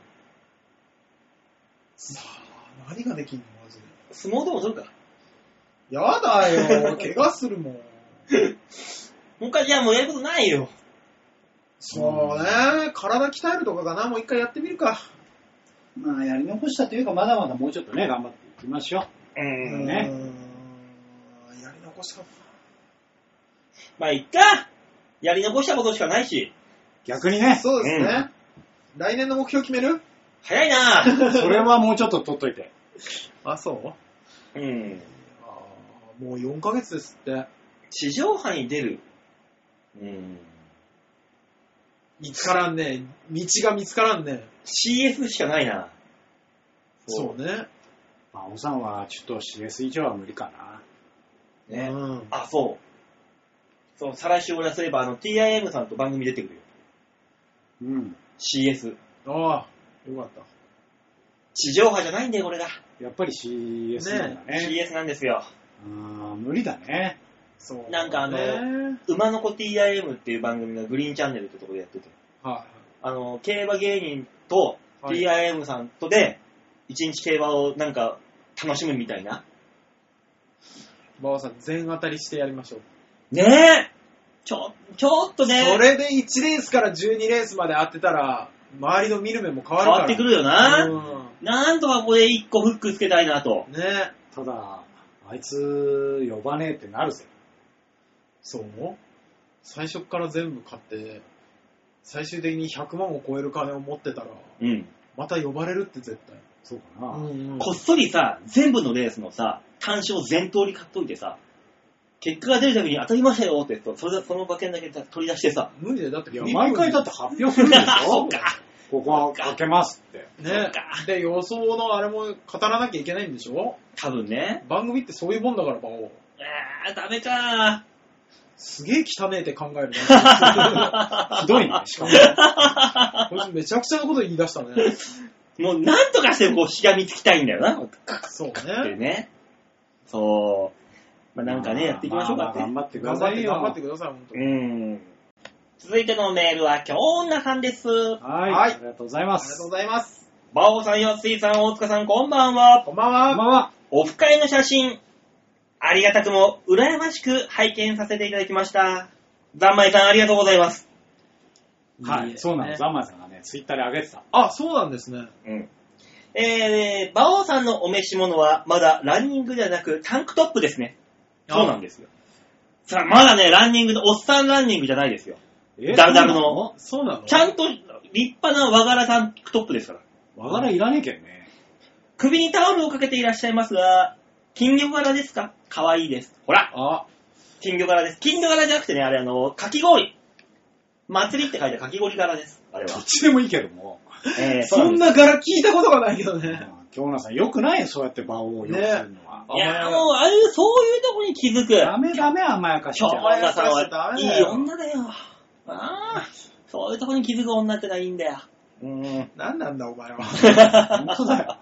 さあ、何ができんのマジで。 相撲でもするか。 やだよ、怪我するもん。 もう一回じゃあもうやることないよ。 そうね、体鍛えるとかかな、もう一回やってみるか。 まあやり残したというか、まだまだもうちょっとね、頑張っていきましょう。 うんんね。 うーんやり残しかった。 まあいっか。やり残したことしかないし。 逆にね、 そうですね。来年の目標決める？ 早いなぁ。 それはもうちょっと取っといて。 あ、そううん。 あーもうよんかげつですって。 地上波に出る。うん。 見つからんね。道が見つからんね。 シーエス しかないな。 そうね。 まあ、おさんはちょっと シーエス 以上は無理かな。 ね。 うんあ、そう。そう、再来週俺はそういえばあの ティーアイエム さんと番組出てくるよ。 うん。 シーエス。 ああ、よかった。 地上波じゃないんだよ、これが。 やっぱり シーエス なんだね。 シーエス なんですよ。 あー無理だね。 そう、 なんかあのね、 馬の子 ティーアイエム っていう番組がグリーンチャンネルってところでやってて。 はあの、競馬芸人とはいティーアイエム さんとで、一日競馬をなんか楽しむみたいな。 い。馬場さん、全当たりしてやりましょう。 ねえちょ、ちょっとね、 それでいちレースからじゅうにレースまで当てたら、周りの見る目も変わるから。 変わってくるよな。 うなんとかここで一個フックつけたいなと。 ん。ねただ、あいつ呼ばねえってなるぜ。 そう最初から全部買って、最終的にひゃくまんを超える金を持ってたら、 うん。 また呼ばれるって絶対。 そうかな。 んこっそりさ、全部のレースのさ、単勝全通り買っといてさ、結果が出るたびに当たりましたよって、それその馬券だけ取り出してさ。 無理で、だっていや、 一分毎回だって発表するんでしょそっか。 ここはかけますって。 ね。で、予想のあれも語らなきゃいけないんでしょ多分ね。 番組ってそういうもんだから、馬王。 えー、ダメかすげえ汚ねえって考えるね。 ひどいね、しかも。 こいつめちゃくちゃなこと言い出したね。 もうなんとかしてこうしがみつきたいんだよな。 そうってね。 ね。そう。まあなんかね、やっていきましょうかって。 まあまあ頑張ってく頑張って、 ださいよ。 頑張ってください、本当うに。 ん。 続いてのメールは、京女さんです。はい。 はい。ありがとうございます。 ありがとうございます。 バオさん、ヨッシーさん、大塚さん、こんばんは。 こんばんは。 こんばんは。 オフ会の写真、ありがたくも、羨ましく拝見させていただきました。ざんまいさん、ありがとうございます。 はい、そうなの。ざんまいさんがね、ツイッターで上げてた。 あ、そうなんですね。 うん。えー、バオさんのお召し物は、まだランニングではなく、タンクトップですね。そうなんですよ。さあ、まだね、ランニングで、おっさんランニングじゃないですよ。 えー、 ダルダルの。 そうなの？ ちゃんと、立派な和柄タンクトップですから。 和柄いらねえけんね。 首にタオルをかけていらっしゃいますが、金魚柄ですか？かわいいです。ほら。 あ、 金魚柄です。金魚柄じゃなくてね、あれあの、かき氷。祭りって書いてかき氷柄です。あれは。 どっちでもいいけども。 えー、そんな柄聞いたことがないけどね。 京奈さん、よくないよ、そうやって場を用意するのは。 ね、いや、もう、ああいう、そういうとこに気づく。 ダメダメ、甘やかしちゃう。 京奈さんはいい女だよ。ああ、そういうとこに気づく女ってのはいいんだよ。 うーん。何なんだ、お前は。 本当だよ。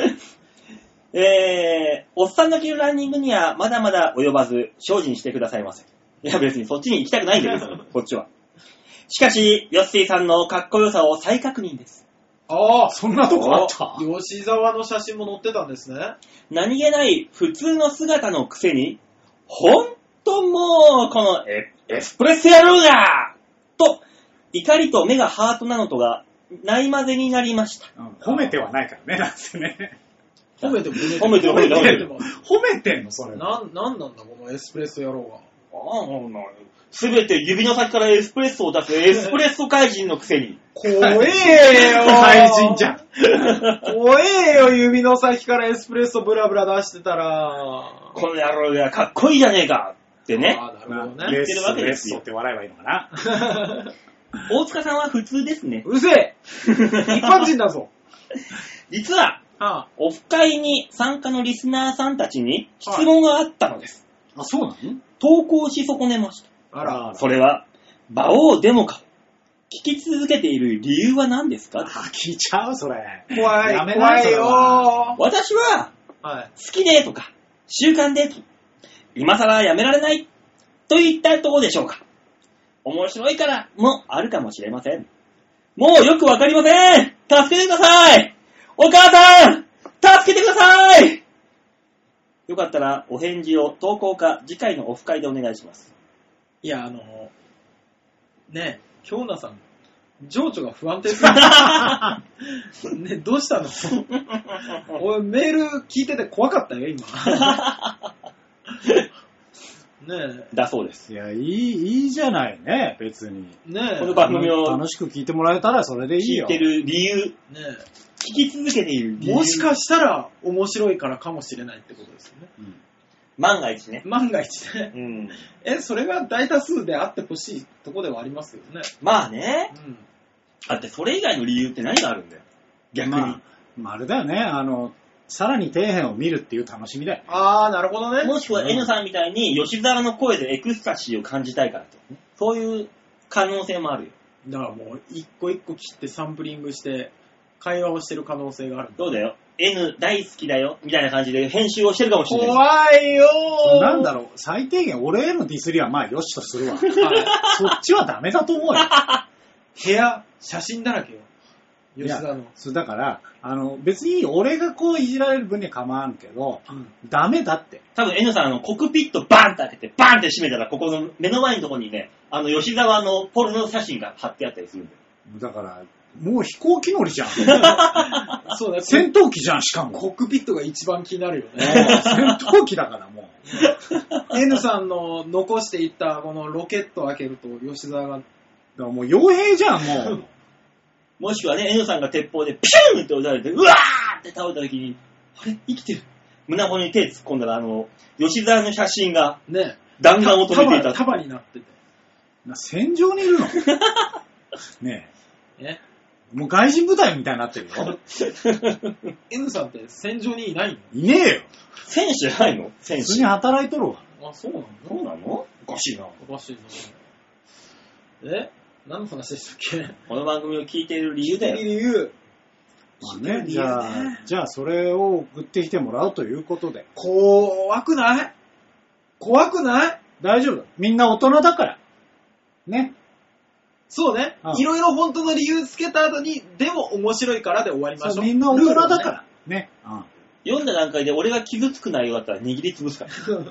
えー、おっさんの着るランニングにはまだまだ及ばず、精進してくださいませ。いや、別にそっちに行きたくないんだけど、こっちは。しかし、ヨッシーさんのかっこよさを再確認です。 ああ、 そんなとこあった？ 吉沢の写真も載ってたんですね。 何気ない普通の姿のくせに、ほんともう、このエ、エスプレッソ野郎がと、怒りと目がハートなのとが、ないまぜになりました。 うん、褒めてはないからね、なんてね。 褒めても褒めてる褒めてる褒めてる。 褒めてんのそれ。 なん、なんなんだ、このエスプレッソ野郎が。 ああ、もうな、すべて指の先からエスプレッソを出すエスプレッソ怪人のくせに。 怖えよ怪人じゃん。 怖えよ、指の先からエスプレッソブラブラ出してたら。 この野郎がかっこいいじゃねえかってね。 ああ、なるほどね。 言ってるわけですよ。 レッソって笑えばいいのかな。 大塚さんは普通ですね。 うるせえ一般人だぞ。 実は、 はあ、 オフ会に参加のリスナーさんたちに質問があったのです。 はい、あ、そうなの？ 投稿し損ねました。 あら。 それは、馬王デモか。聞き続けている理由は何ですか？ あ、聞いちゃうそれ。 怖い、 やめ怖いよ。 私は、 はい、 好きでとか、習慣でと、今更やめられないといったところでしょうか。面白いからもあるかもしれません。もうよくわかりません。助けてください。お母さん、助けてください。よかったらお返事を投稿か次回のオフ会でお願いします。 いや、あの、ねえ、京奈さん、情緒が不安定すぎる。ね、どうしたの？俺、メール聞いてて怖かったよ、今。ねえ。 だそうです。 いや、いい、いいじゃないね、別に。 ねえ。 この番組を楽しく聞いてもらえたらそれでいいよ。 聞いてる理由。 ねえ。聞き続けている理由。 もしかしたら面白いからかもしれないってことですよね。うん、 万が一ね。 万が一ね。 うん。 え、それが大多数であってほしいとこではありますよね。 まあね。 うん。 だってそれ以外の理由って何があるんだよ。逆に。 まあ、あれだよね、あの、さらに底辺を見るっていう楽しみだよ。 あー、なるほどね。 もしくは N さんみたいに吉沢の声でエクスタシーを感じたいからと。そういう可能性もあるよ。 だからもう一個一個切ってサンプリングして会話をしてる可能性がある。 そうだよ。N 大好きだよみたいな感じで編集をしてるかもしれない。 怖いよー。 なんだろう、最低限俺へのディスりはまあよしとするわ。はい、そっちはダメだと思うよ。 部屋、写真だらけよ。吉田の。 そうだから、あの、別に俺がこういじられる分には構わんけど、うん、ダメだって。 多分 N さん、あの、コックピットバーンって開けて、バーンって閉めたら、ここの目の前のところにね、あの、吉沢のポルノ写真が貼ってあったりするんだよ。 だから、もう飛行機乗りじゃん。 そうだ、 戦闘機じゃん、しかも。 コックピットが一番気になるよね。 戦闘機だからもう。N さんの残していったこのロケットを開けると、吉沢が。 だからもう傭兵じゃん、もう。 もしくはね、N さんが鉄砲でピューンって撃たれて、うわーって倒れた時に、あれ生きてる。胸骨に手突っ込んだら、あの、吉沢の写真が、 ね、 弾丸を止めていた。 束になってて。 戦場にいるのねえ。 えもう外人部隊みたいになってるよ。 N さんって戦場にいないの？ いねえよ。 戦士じゃないの？戦士。 普通に働いとるわ。 あ、そうなの？ そうなの？おかしいな。 おかしいな。え何の話でしたっけ？ この番組を聞いている理由だよ。 理由。 まあね、じゃあ、じゃあそれを送ってきてもらうということで。 怖くない？怖くない？ 大丈夫。みんな大人だから。ね。 そうね。いろいろ本当の理由つけた後に、でも面白いからで終わりましょう。 みんな大人だから。ね。ね、うん。 読んだ段階で俺が傷つく内容だったら握りつぶすから。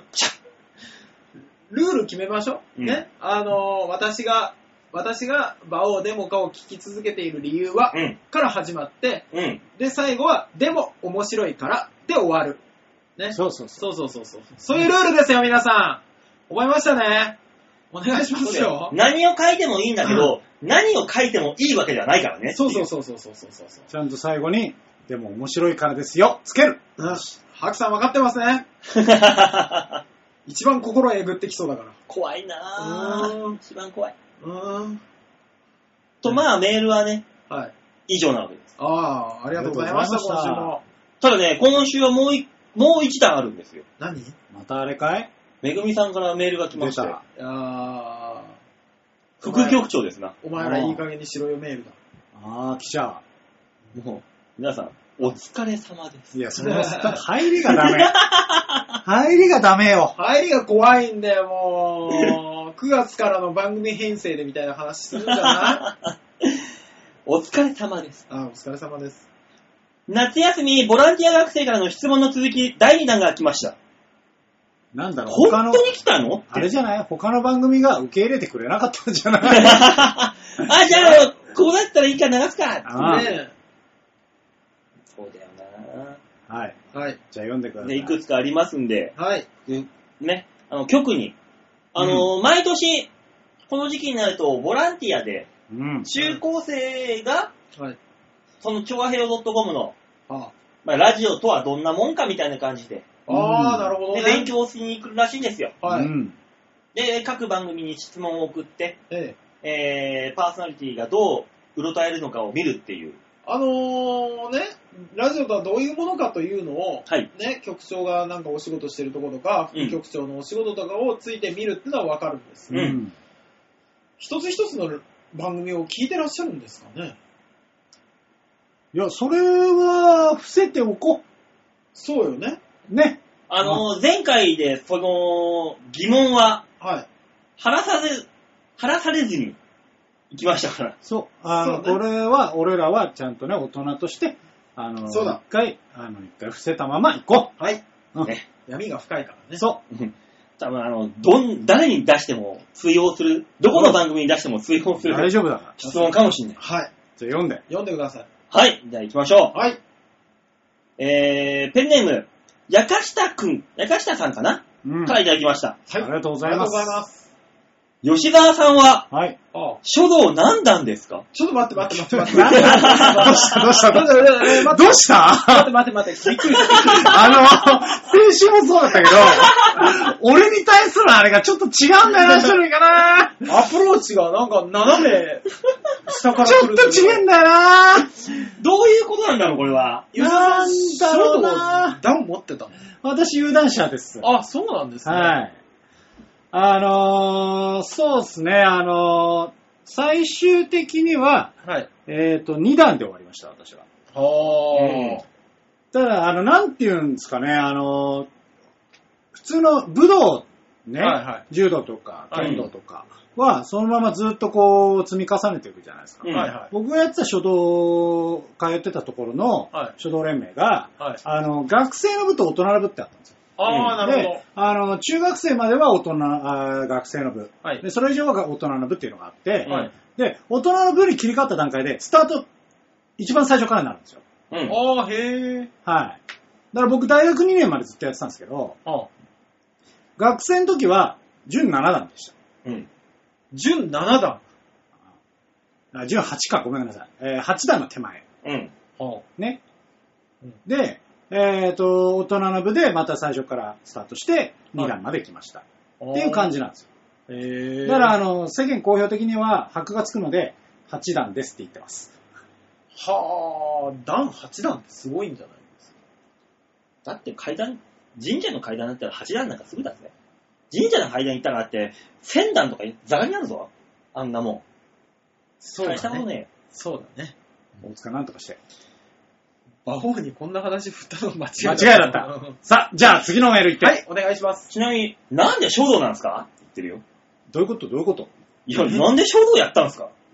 ルール決めましょう。うん、ね。あのー、私が、私が馬王デモカを聞き続けている理由は、うん、から始まって、うん、で、最後は、でも面白いからで終わる。ね。 そうそうそう。 そうそうそうそう。そういうルールですよ、皆さん。覚えましたね。お願いしますよ。 何を書いてもいいんだけど、うん、何を書いてもいいわけではないからね。 そうそうそうそうそうそうそう。 ちゃんと最後に、でも面白いからですよ。つける。 うん。ハクさん分かってますね。一番心えぐってきそうだから。 怖いなぁ。一番怖い。うーん。と、まあ、メールはね、はい。以上なわけです。 ああ、ありがとうございました、今週も。 ただね、今週はもう一、もう一段あるんですよ。 何？ またあれかい？ めぐみさんからメールが来ました。出た。 あー。副局長ですな。 お前らいい加減にしろよメールだ。 あー、来ちゃう。もう、皆さん、お疲れ様です。 いや、その入りがダメ。入りがダメよ。 入りが怖いんだよ、もう。くがつからの番組編成でみたいな話するんじゃないお疲れ様です。 あ、お疲れ様です。 夏休み、ボランティア学生からの質問の続き、だいにだんが来ました。 なんだろう、 本当に来たの？ あれじゃない？他の番組が受け入れてくれなかったんじゃない？ あ、じゃあ、こうなったらいいから流すか。 ああ、 ね、そうだよな。 はい。 はい。 じゃあ読んでください。 で、いくつかありますんで。 はい。 ね、あの、局に。あの、うん、毎年、この時期になると、ボランティアで、うん、中高生が、はい、その、チョアヘヨ .com の、ああまあ、ラジオとはどんなもんかみたいな感じで、 ああ、なるほどね。 で、勉強しに来るらしいんですよ。 はい。うん、 で、各番組に質問を送って、えええー、パーソナリティがどううろたえるのかを見るっていう。 あのー、ね、ラジオとはどういうものかというのを、はい、ね、局長がなんかお仕事してるところとか、副局長のお仕事とかをついて見るってのはわかるんです。うん。一つ一つの番組を聞いてらっしゃるんですかね？ いや、それは伏せておこう。 そうよね。 ね。 あの、前回でその疑問は、はい。晴らさず、晴らされずに行きましたから。 そう。あの、ね、これは、俺らはちゃんとね、大人として、あの、そうだ。一回、あの、一回伏せたまま行こう。はい。うん、ね。闇が深いからね。 そう。 多分あの、どん、誰に出しても通用する、どこの番組に出しても通用する。 大丈夫だから。 質問かもしれない。 はい。 じゃあ読んで。 読んでください。 はい。じゃあ行きましょう。はい。 えー、ペンネーム、やかしたくん、やかしたさんかな、うん、からいただきまました。 はい。ありがとうございます。ありがとうございます。 吉沢さんは、 はい。 書道何段ですか？ ちょっと待って待って待って待って。どうしたどうしたどうしたどうした待って待って待って。びっくりした。 あの、先週もそうだったけど、俺に対するあれがちょっと違うんだよな、種類かな。 アプローチがなんか斜め下からちょっと違うんだよな。 どういうことなんだろう、これは。 なんだろうな。 段持ってたの？ 私、有段者です。 あ、そうなんですね。 はい。あのー、そうですね、あのー、最終的には、はい、えっと、に段で終わりました、私は。 はあ。ただ、あの、なんていうんですかね、あのー、普通の武道、ね、はいはい、柔道とか、剣道とかは、そのままずっとこう、積み重ねていくじゃないですか。はいはい、僕がやってた書道、通ってたところの書道連盟が、はい、あの、学生の部と大人の部ってあったんですよ。 ああ、なるほど。 で、あの、中学生までは大人、あ学生の部、はい。で、それ以上は大人の部っていうのがあって、はい。で、大人の部に切り替わった段階で、スタート、一番最初からになるんですよ。 うん。ああ、へえ。はい。 だから僕、大学にねんまでずっとやってたんですけど、ああ学生の時は、準なな段でした。 うん。準なな段あ、準はちか、ごめんなさい。えー、はち段の手前。 うん。 はあ、ね。うん、で、えっと、大人の部でまた最初からスタートしてに段まで来ました。はい、っていう感じなんですよ。 へー。 だから、あの、世間公表的には、箔がつくので、はち段ですって言ってます。 はぁ、段はち段ってすごいんじゃないですか。 だって階段、神社の階段だったらはち段なんかすぐだぜ。神社の階段行ったらだって、せん段とかザラになるぞ。あんなもん。 そうだね。 大したもんね。 そうだね。 大塚なんとかして。 馬王にこんな話振ったの間違いだった。間違いだった。さあ、じゃあ次のメールいって。 はい、お願いします。 ちなみに、なんで書道なんですかって言ってるよ。 どういうことどういうこといや、なんで書道やったんですか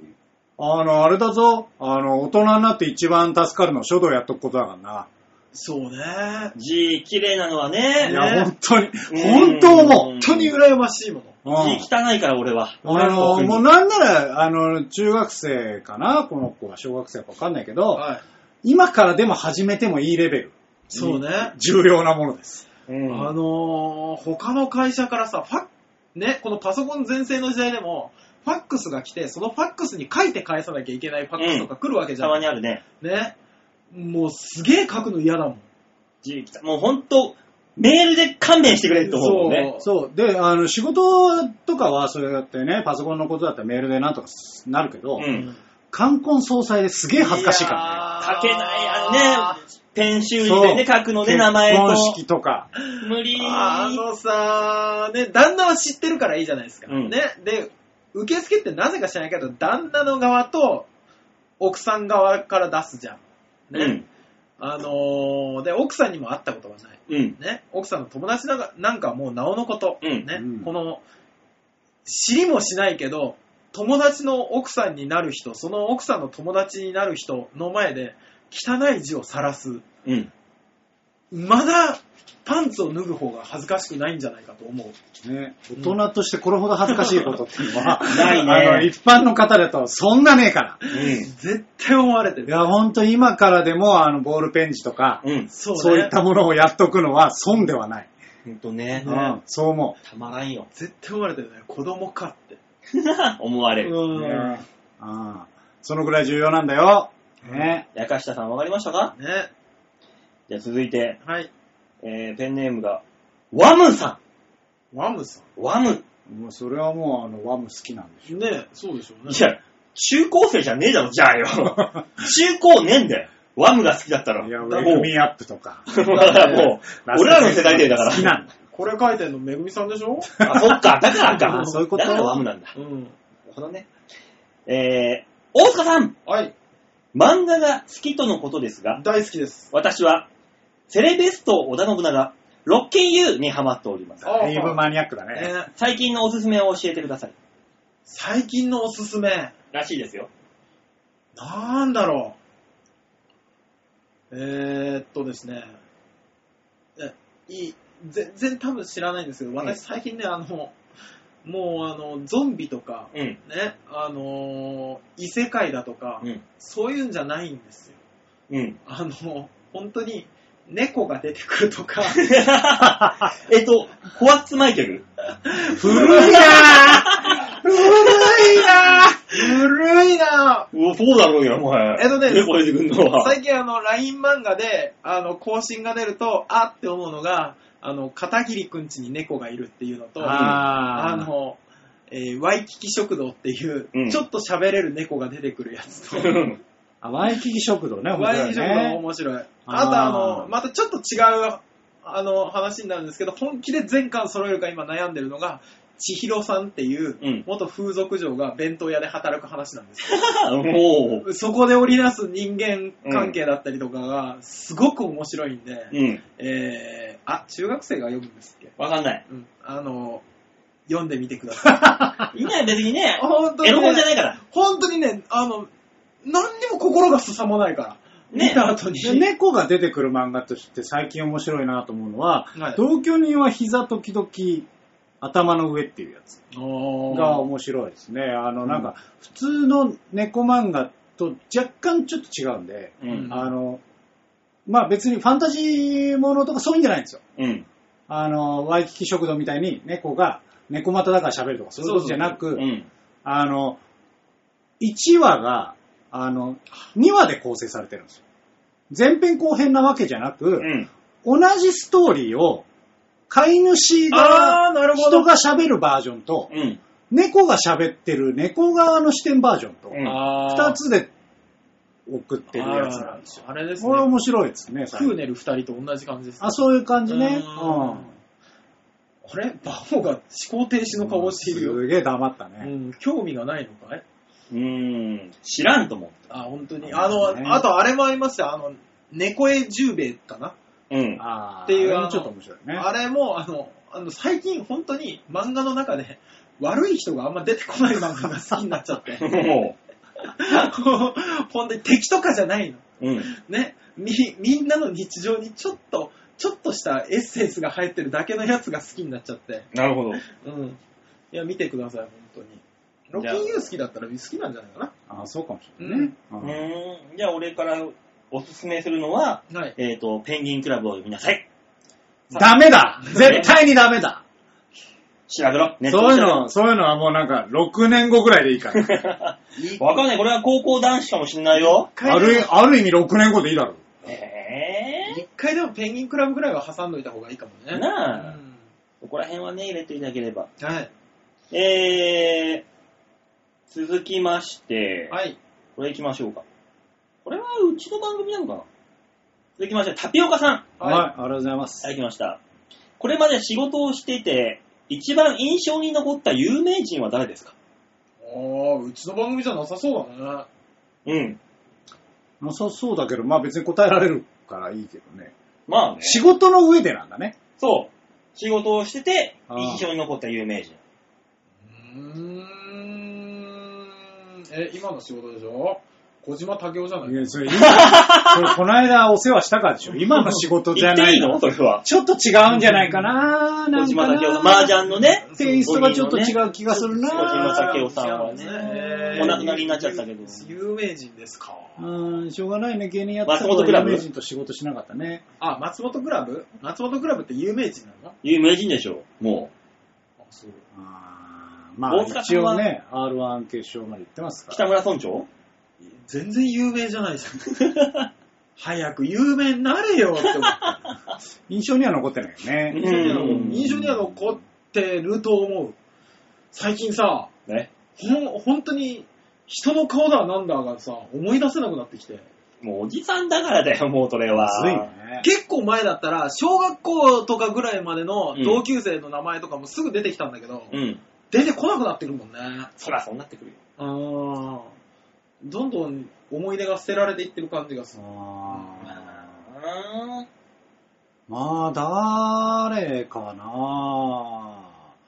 あの、あれだぞ。あの、大人になって一番助かるのは書道やっとくことだからな。 そうね。 字綺麗なのはね。 いや、本当に、本当思う。 本当に羨ましいもの。字汚いから俺は。 あの、もうなんなら、あの、中学生かなこの子は小学生かわかんないけど、はい、今からでも始めてもいいレベル。 そうね。 重要なものです。 うん、あのー、他の会社からさ、ファッ、ね、このパソコン全盛の時代でも、ファックスが来て、そのファックスに書いて返さなきゃいけないファックスとか来るわけじゃん。 うん、たまにあるね。 ね。もうすげえ書くの嫌だもん。 もうほんと、メールで勘弁してくれって思うもんね。 そう。そう。で、あの、仕事とかはそうやってね、パソコンのことだったらメールでなんとかなるけど、うん、冠婚葬祭ですげえ恥ずかしいからね。書けないやんね。ペン習字でね、書くので、名前と。 結婚式とか。 無理ー。 あのさ、ね、旦那は知ってるからいいじゃないですか。うん、ね。で、受付ってなぜか知らないけど、旦那の側と奥さん側から出すじゃん。ね。うん、あのー、で、奥さんにも会ったことがない。うん、ね。奥さんの友達なんかもうなおのこと。うん、ね。うん、この、知りもしないけど、友達の奥さんになる人、その奥さんの友達になる人の前で、汚い字を晒す。うん。まだ、パンツを脱ぐ方が恥ずかしくないんじゃないかと思う。 ね。大人としてこれほど恥ずかしいことっていうのは、 ないね。 あの、一般の方だとそんなねえから。 うん。絶対思われてる。 いや、ほんと今からでも、あの、ボールペン字とか、うん、そうね、そういったものをやっとくのは損ではない。 ほんとね。 うん、そう思う。 たまらんよ。 絶対思われてるね。子供かって。 思われる。 うん。ね、ああ、そのぐらい重要なんだよ。ね。 やかしたさんわかりましたか？ ね。 じゃあ続いて、 はい。 えー、ペンネームが、ワムさん。ワムさんワム。 もうそれはもう、あの、ワム好きなんでしょ。 ね、そうでしょうね。 いや、中高生じゃねえだろ、じゃあよ。中高ねえんだよ。ワムが好きだったら。 いや、ウェイクミーアップとか。 もう、俺らの世代でだから。 好きなんだ。 これ書いてんのめぐみさんでしょ？ あ、そっか、だからか。 そういうこと。 だからワムなんだ。 うん。 なるほどね。えー、大塚さん。 はい。 漫画が好きとのことですが、 大好きです。 私は、セレベスト織田信長、ロッケン ユー にハマっております。 だいぶマニアックだね、 えー。最近のおすすめを教えてください。 最近のおすすめらしいですよ。 なんだろう。えー、っとですね。いい、全然多分知らないんですけど、私最近ね、あの、もうあの、ゾンビとか、うん、ね、あの、異世界だとか、うん、そういうんじゃないんですよ。うん。あの、本当に、猫が出てくるとか。 えっと、コアッツマイケル古いなぁ古いなぁ古いなぁそうだろうよ、もはや。 えっとね、 猫出てくるのは。 最近あの、ライン 漫画で、あの、更新が出ると、あって思うのが、あの、片桐くんちに猫がいるっていうのと、あ, あの、えー、ワイキキ食堂っていう、うん、ちょっと喋れる猫が出てくるやつと、 あ、ワイキキ食堂ね、 面白いね。ワイキキ食堂面白い。あとあの、またちょっと違う、あの、話になるんですけど、本気で全巻揃えるか今悩んでるのが、千尋さんっていう、うん、元風俗嬢が弁当屋で働く話なんですよ。そこで織りなす人間関係だったりとかが、すごく面白いんで、うん、えー、あ、中学生が読むんですっけ？ わかんない。 うん。あの、読んでみてください。いいね、別にね。 本当に、ね。 エロ本じゃないから。 本当にね、あの、何にも心がすさまないから。ね、見た後に。 猫が出てくる漫画として最近面白いなと思うのは、はい、同居人は膝時々頭の上っていうやつが面白いですね。あの、なんか、普通の猫漫画と若干ちょっと違うんで、うん、あの、まあ別にファンタジーものとかそういうんじゃないんですよ。うん、あの、ワイキキ食堂みたいに猫が猫股だから喋るとかそういうことじゃなく、そうそうそう、うん、あの、いちわが、あの、にわで構成されてるんですよ。前編後編なわけじゃなく、うん、同じストーリーを飼い主が、人が喋るバージョンと、うん、猫が喋ってる猫側の視点バージョンと、二、うん、つで送ってるやつなんですよ。 あれですね。 これ面白いですね。 クーネル二人と同じ感じです、ね。 あ、そういう感じね。うん。 あれバホが思考停止の顔をしているよ。 すげえ黙ったね。 うん。興味がないのかいうーん。知らんと思った。 あ、本当に。あの、ね、あとあれもありますよ。あの、猫絵十兵衛かな。 うん。あっていう、 あれちょっと面白いね。 あれも、あの、あの最近本当に漫画の中で悪い人があんま出てこない漫画が好きになっちゃって。 ほんで敵とかじゃないの。 うん。 ね。み、みんなの日常にちょっと、ちょっとしたエッセンスが入ってるだけのやつが好きになっちゃって。 なるほど。 うん。いや、見てください、本当に。ロッキンユー好きだったら好きなんじゃないかな。 ああ、そうかもしれないね。 うん。うんじゃあ、俺からおすすめするのは、はい、えっ、ー、と、ペンギンクラブを読みなさい。 ダメだ絶対にダメだ調べろ。 そういうの、そういうのはもうなんか、ろくねんごぐらいでいいから。 わかんない。これは高校男子かもしんないよ。 ある、ある意味ろくねんごでいいだろ。 えぇ、ー、一回でもペンギンクラブぐらいは挟んどいた方がいいかもね。 なあ。うん、ここら辺はね、入れていただければ。 はい。 えー、続きまして、 はい。 これ行きましょうか。これはうちの番組なのかな。続きまして、タピオカさん。 はい。はい、ありがとうございます。 はい、来ました。これまで仕事をしていて、一番印象に残った有名人は誰ですか？ ああ、うちの番組じゃなさそうだね。うん。 なさそうだけど、まあ別に答えられるからいいけどね。 まあね。 仕事の上でなんだね。 そう。仕事をしてて、印象に残った有名人。 うーん。え、今の仕事でしょ？小島武夫じゃない？いや、それ、今、 それこの間お世話したからでしょ。今の仕事じゃない。 言っていいのそれは。 ちょっと違うんじゃないかな。 小島武夫さん、麻雀のね。 テイストがちょっと違う気がするな。 小島武夫さんはね。お亡くなりになっちゃったけど。 有名人ですか。 うん、しょうがないね。芸人やってたから有名人と仕事しなかったね。 あ、松本クラブ？松本クラブって有名人なの？ 有名人でしょ、もう。 あ、そう。 あまあ、一応ね、アールワン 決勝まで行ってますから。 北村村長？ 全然有名じゃないじゃん。早く有名になれよって思って。 印象には残ってないよね。 印象には残ってると思う。最近さ、 ね、 ほん本当に人の顔だなんだがさ、思い出せなくなってきて。 もうおじさんだからだよ、もうそれは。 ね、 結構前だったら、小学校とかぐらいまでの同級生の名前とかもすぐ出てきたんだけど、うん、出てこなくなってくるもんね。 そらそうなってくるよ。 あー。どんどん思い出が捨てられていってる感じがする。 あーまあ、誰かな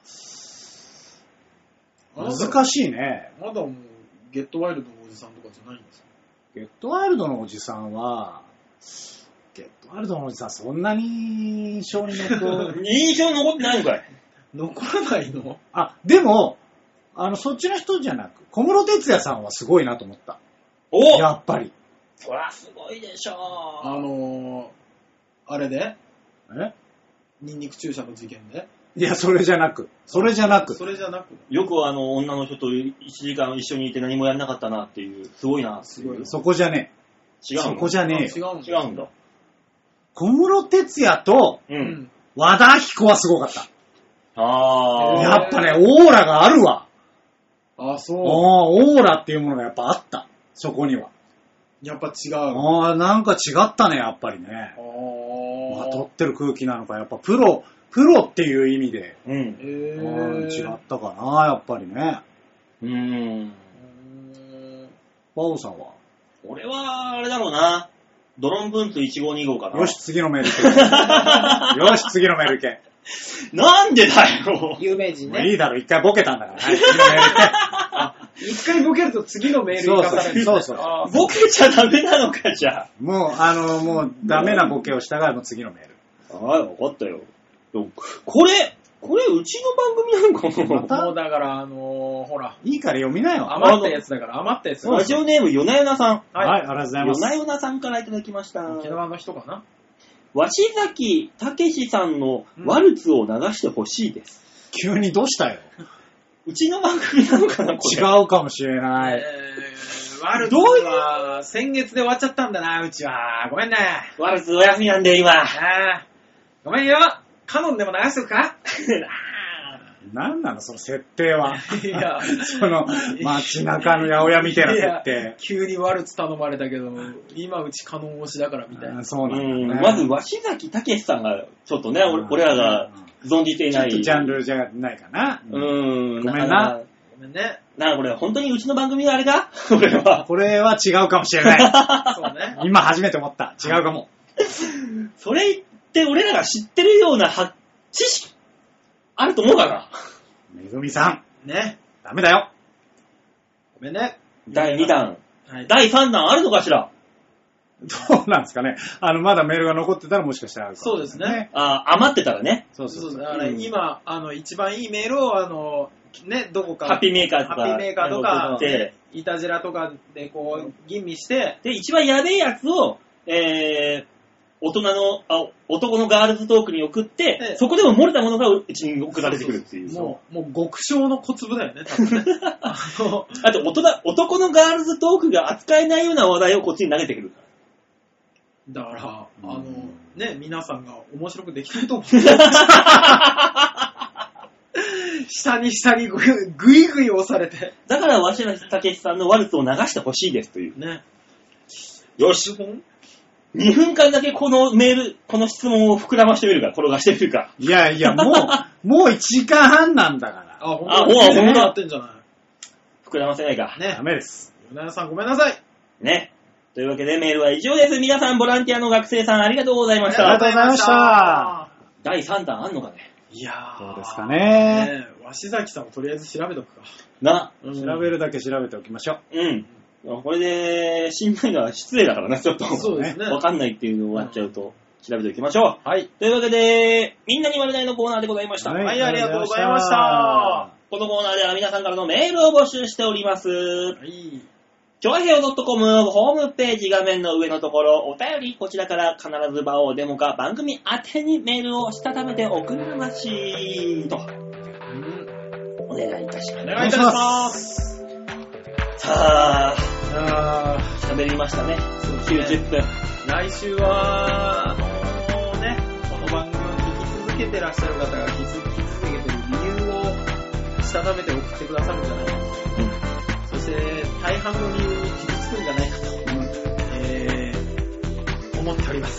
難しいね。 まだもう、ゲットワイルドのおじさんとかじゃないんですか？ ゲットワイルドのおじさんは、ゲットワイルドのおじさんそんなに印象に残る。 印象に残ってないのかい？ 残らないの？ あ、でも、あの、そっちの人じゃなく、小室哲哉さんはすごいなと思った。 おやっぱり。 そらすごいでしょう。 あのー、あれでえニンニク注射の事件でいや、それじゃなく。それじゃなく。 それじゃなく。 よくあの、女の人といちじかん一緒にいて何もやんなかったなっていう、すごいな。 すごい。 そこじゃねえ。違うの？ そこじゃねえよ。 違うんだ。 小室哲哉と、うん。和田アキ子はすごかった。 あー。 やっぱね、オーラがあるわ。 あ、そう。 オーラっていうものがやっぱあった。そこには。 やっぱ違う。 ああ、なんか違ったね、やっぱりね。 ああ。 まとってる空気なのか、やっぱプロ、プロっていう意味で。 うん。 へー違ったかな、やっぱりね。 うーん。 バオさんは？ 俺は、あれだろうな。ドロンブンツいちごにごかな。 よし、次のメール系。よし、次のメール系。 なんでだよ。 有名人ね。 いいだろ、一回ボケたんだから。はい、次のメール系。一回ボケると次のメールにかされる。 そうそうそう。 ボケちゃダメなのか、じゃあ。 もう、あの、もう、ダメなボケをしたから、もう次のメール。 はい、わかったよ。これ、これ、うちの番組なのかな？ もうだから、あのー、ほら。 いいから読みなよ。 余ったやつだから、余ったやつ。 ラジオネーム、よなよなさん。 はい、はい、ありがとうございます。 よなよなさんからいただきました。 沖縄の人かな？ 鷲崎武史さんのワルツを流してほしいです、 うん。急にどうしたよ。 うちの番組なのかなこれ。 違うかもしれない。 えー、ワルツは先月で終わっちゃったんだな、うちは。ごめんね。 ワルツお休みなんで、今。あごめんよ。カノンでも流すか？ 何なのその設定は。 いや、 その街中の八百屋みたいな設定。 急にワルツ頼まれたけど、今うちカノン推しだからみたいな。 そうなんだ、ね、 まず鷲崎武史さんがちょっとね、俺らが存じていない。 ちょっとジャンルじゃないかな。 うーん。 ごめんな。 ごめんね。 なあ、これ本当にうちの番組のあれだこれは。 これは違うかもしれない。 そうね。 今初めて思った。違うかも。 それ言って俺らが知ってるような知識あると思うかな。 めぐみさん。 ね。 ダメだよ。 ごめんね。 だいにだん、 はい、 だいさんだんあるのかしら。 どうなんですかね。あの、まだメールが残ってたらもしかしたらあるかも、 ね、そうですね。 あ、余ってたらね。 そうそうそう。だから今、うん、あの、一番いいメールを、あの、ね、どこか。 ハッピーメーカーとか。 ハッピーメーカーとか、ね、イタジラとかでこう、吟味して。 で、一番やべえやつを、えー、大人の、あ、男のガールズトークに送って、ええ、そこでも漏れたものがうちに送られてくるっていう。 そうそうそうもう、もう極小の小粒だよね、多分ね。あの、あと、大人、男のガールズトークが扱えないような話題をこっちに投げてくる。 だから、あの、ね、皆さんが面白くできないと思う。下に下にぐいぐい押されて。 だから、鷲田武さんのワルツを流してほしいですという。ね。よし。にふんかんだけこのメール、この質問を膨らましてみるか、転がしてみるか。 いやいや、もう、もういちじかんはんなんだから。 あ、ほんとだ。あ、もう、ほんとだってんじゃない。 膨らませないか。 ね。ダメです。 皆さんごめんなさい。 ね。というわけでメールは以上です。皆さん、ボランティアの学生さんありがとうございました。 ありがとうございました。 だいさんだんあんのかね。 いやー。 そうですかね。 鷲崎さんもとりあえず調べとくか。 な。 うん、調べるだけ調べておきましょう。うん。これで、死んないのは失礼だからね、ちょっと。 そうですね。 わかんないっていうのを終わっちゃうと、調べておきましょう。 はい。 というわけで、みんなに割れないのコーナーでございました。 はい、はい、ありがとうございました。 このコーナーでは皆さんからのメールを募集しております。はい。ちょあへお .com ホームページ画面の上のところ、お便り、こちらから必ず場をデモか番組宛てにメールをしたためて送るましと。うん。お願いいたします。 お願いいたします。 さあ、喋りましたね。きゅうじゅっぷん。 来週は、あのー、ね、この番組を聞き続けてらっしゃる方が聞き続けてる理由をしたためて送ってくださるんじゃないかと。うん、そして、大半の理由に傷つくんじゃないかと、うんえー、思っております。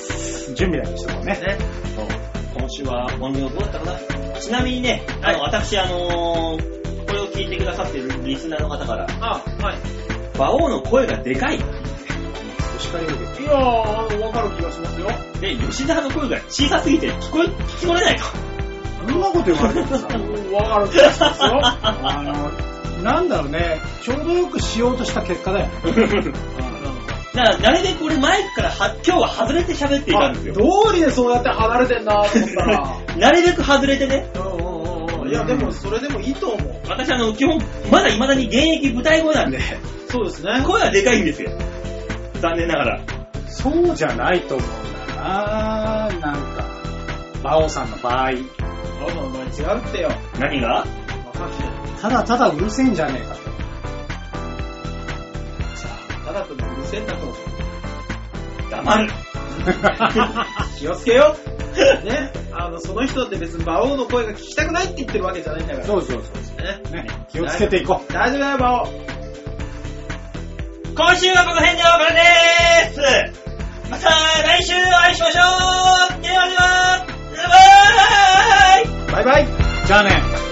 準備だけしてもね。ねそう今週は音量どうだったかな。ちなみにね、あの、はい、私、あのー、これを聞いてくださっているリスナーの方から、 あ、はい。 馬王の声がでかい。 お叱りを受けて。いやー、あの、わかる気がしますよ。 で、吉田の声が小さすぎて聞こえ、聞き取れないと。 そんなこと言われてもさ、 わかる気がしますよ。 あの、なんだろうね、ちょうどよくしようとした結果だよ。 だから、なるべく俺マイクからは今日は外れて喋っていたんですよ。 道理でそうやって離れてんなと思ったら。 なるべく外れてね。 いや、でもそれでもいいと思う。 私、あの、基本、まだ未だに現役舞台声なんで。 そうですね。 声はでかいんですよ。残念ながら。 そうじゃないと思うんだなぁ。なんか、馬王さんの場合。馬王さんの場合違うってよ。 何が？わかんない。ただただうるせえんじゃねえかと。 さあ、ただただうるせえんだと思う。 黙る。 気をつけよう。ね、あの、その人って別に馬王の声が聞きたくないって言ってるわけじゃないんだから。 そうそうそう。ね。ね気をつけていこう。 大丈夫だよ、馬王。 今週はこの辺でお別れでーす。また来週お会いしましょう。ではでは、バイバイ。 バイバイ。 じゃあね。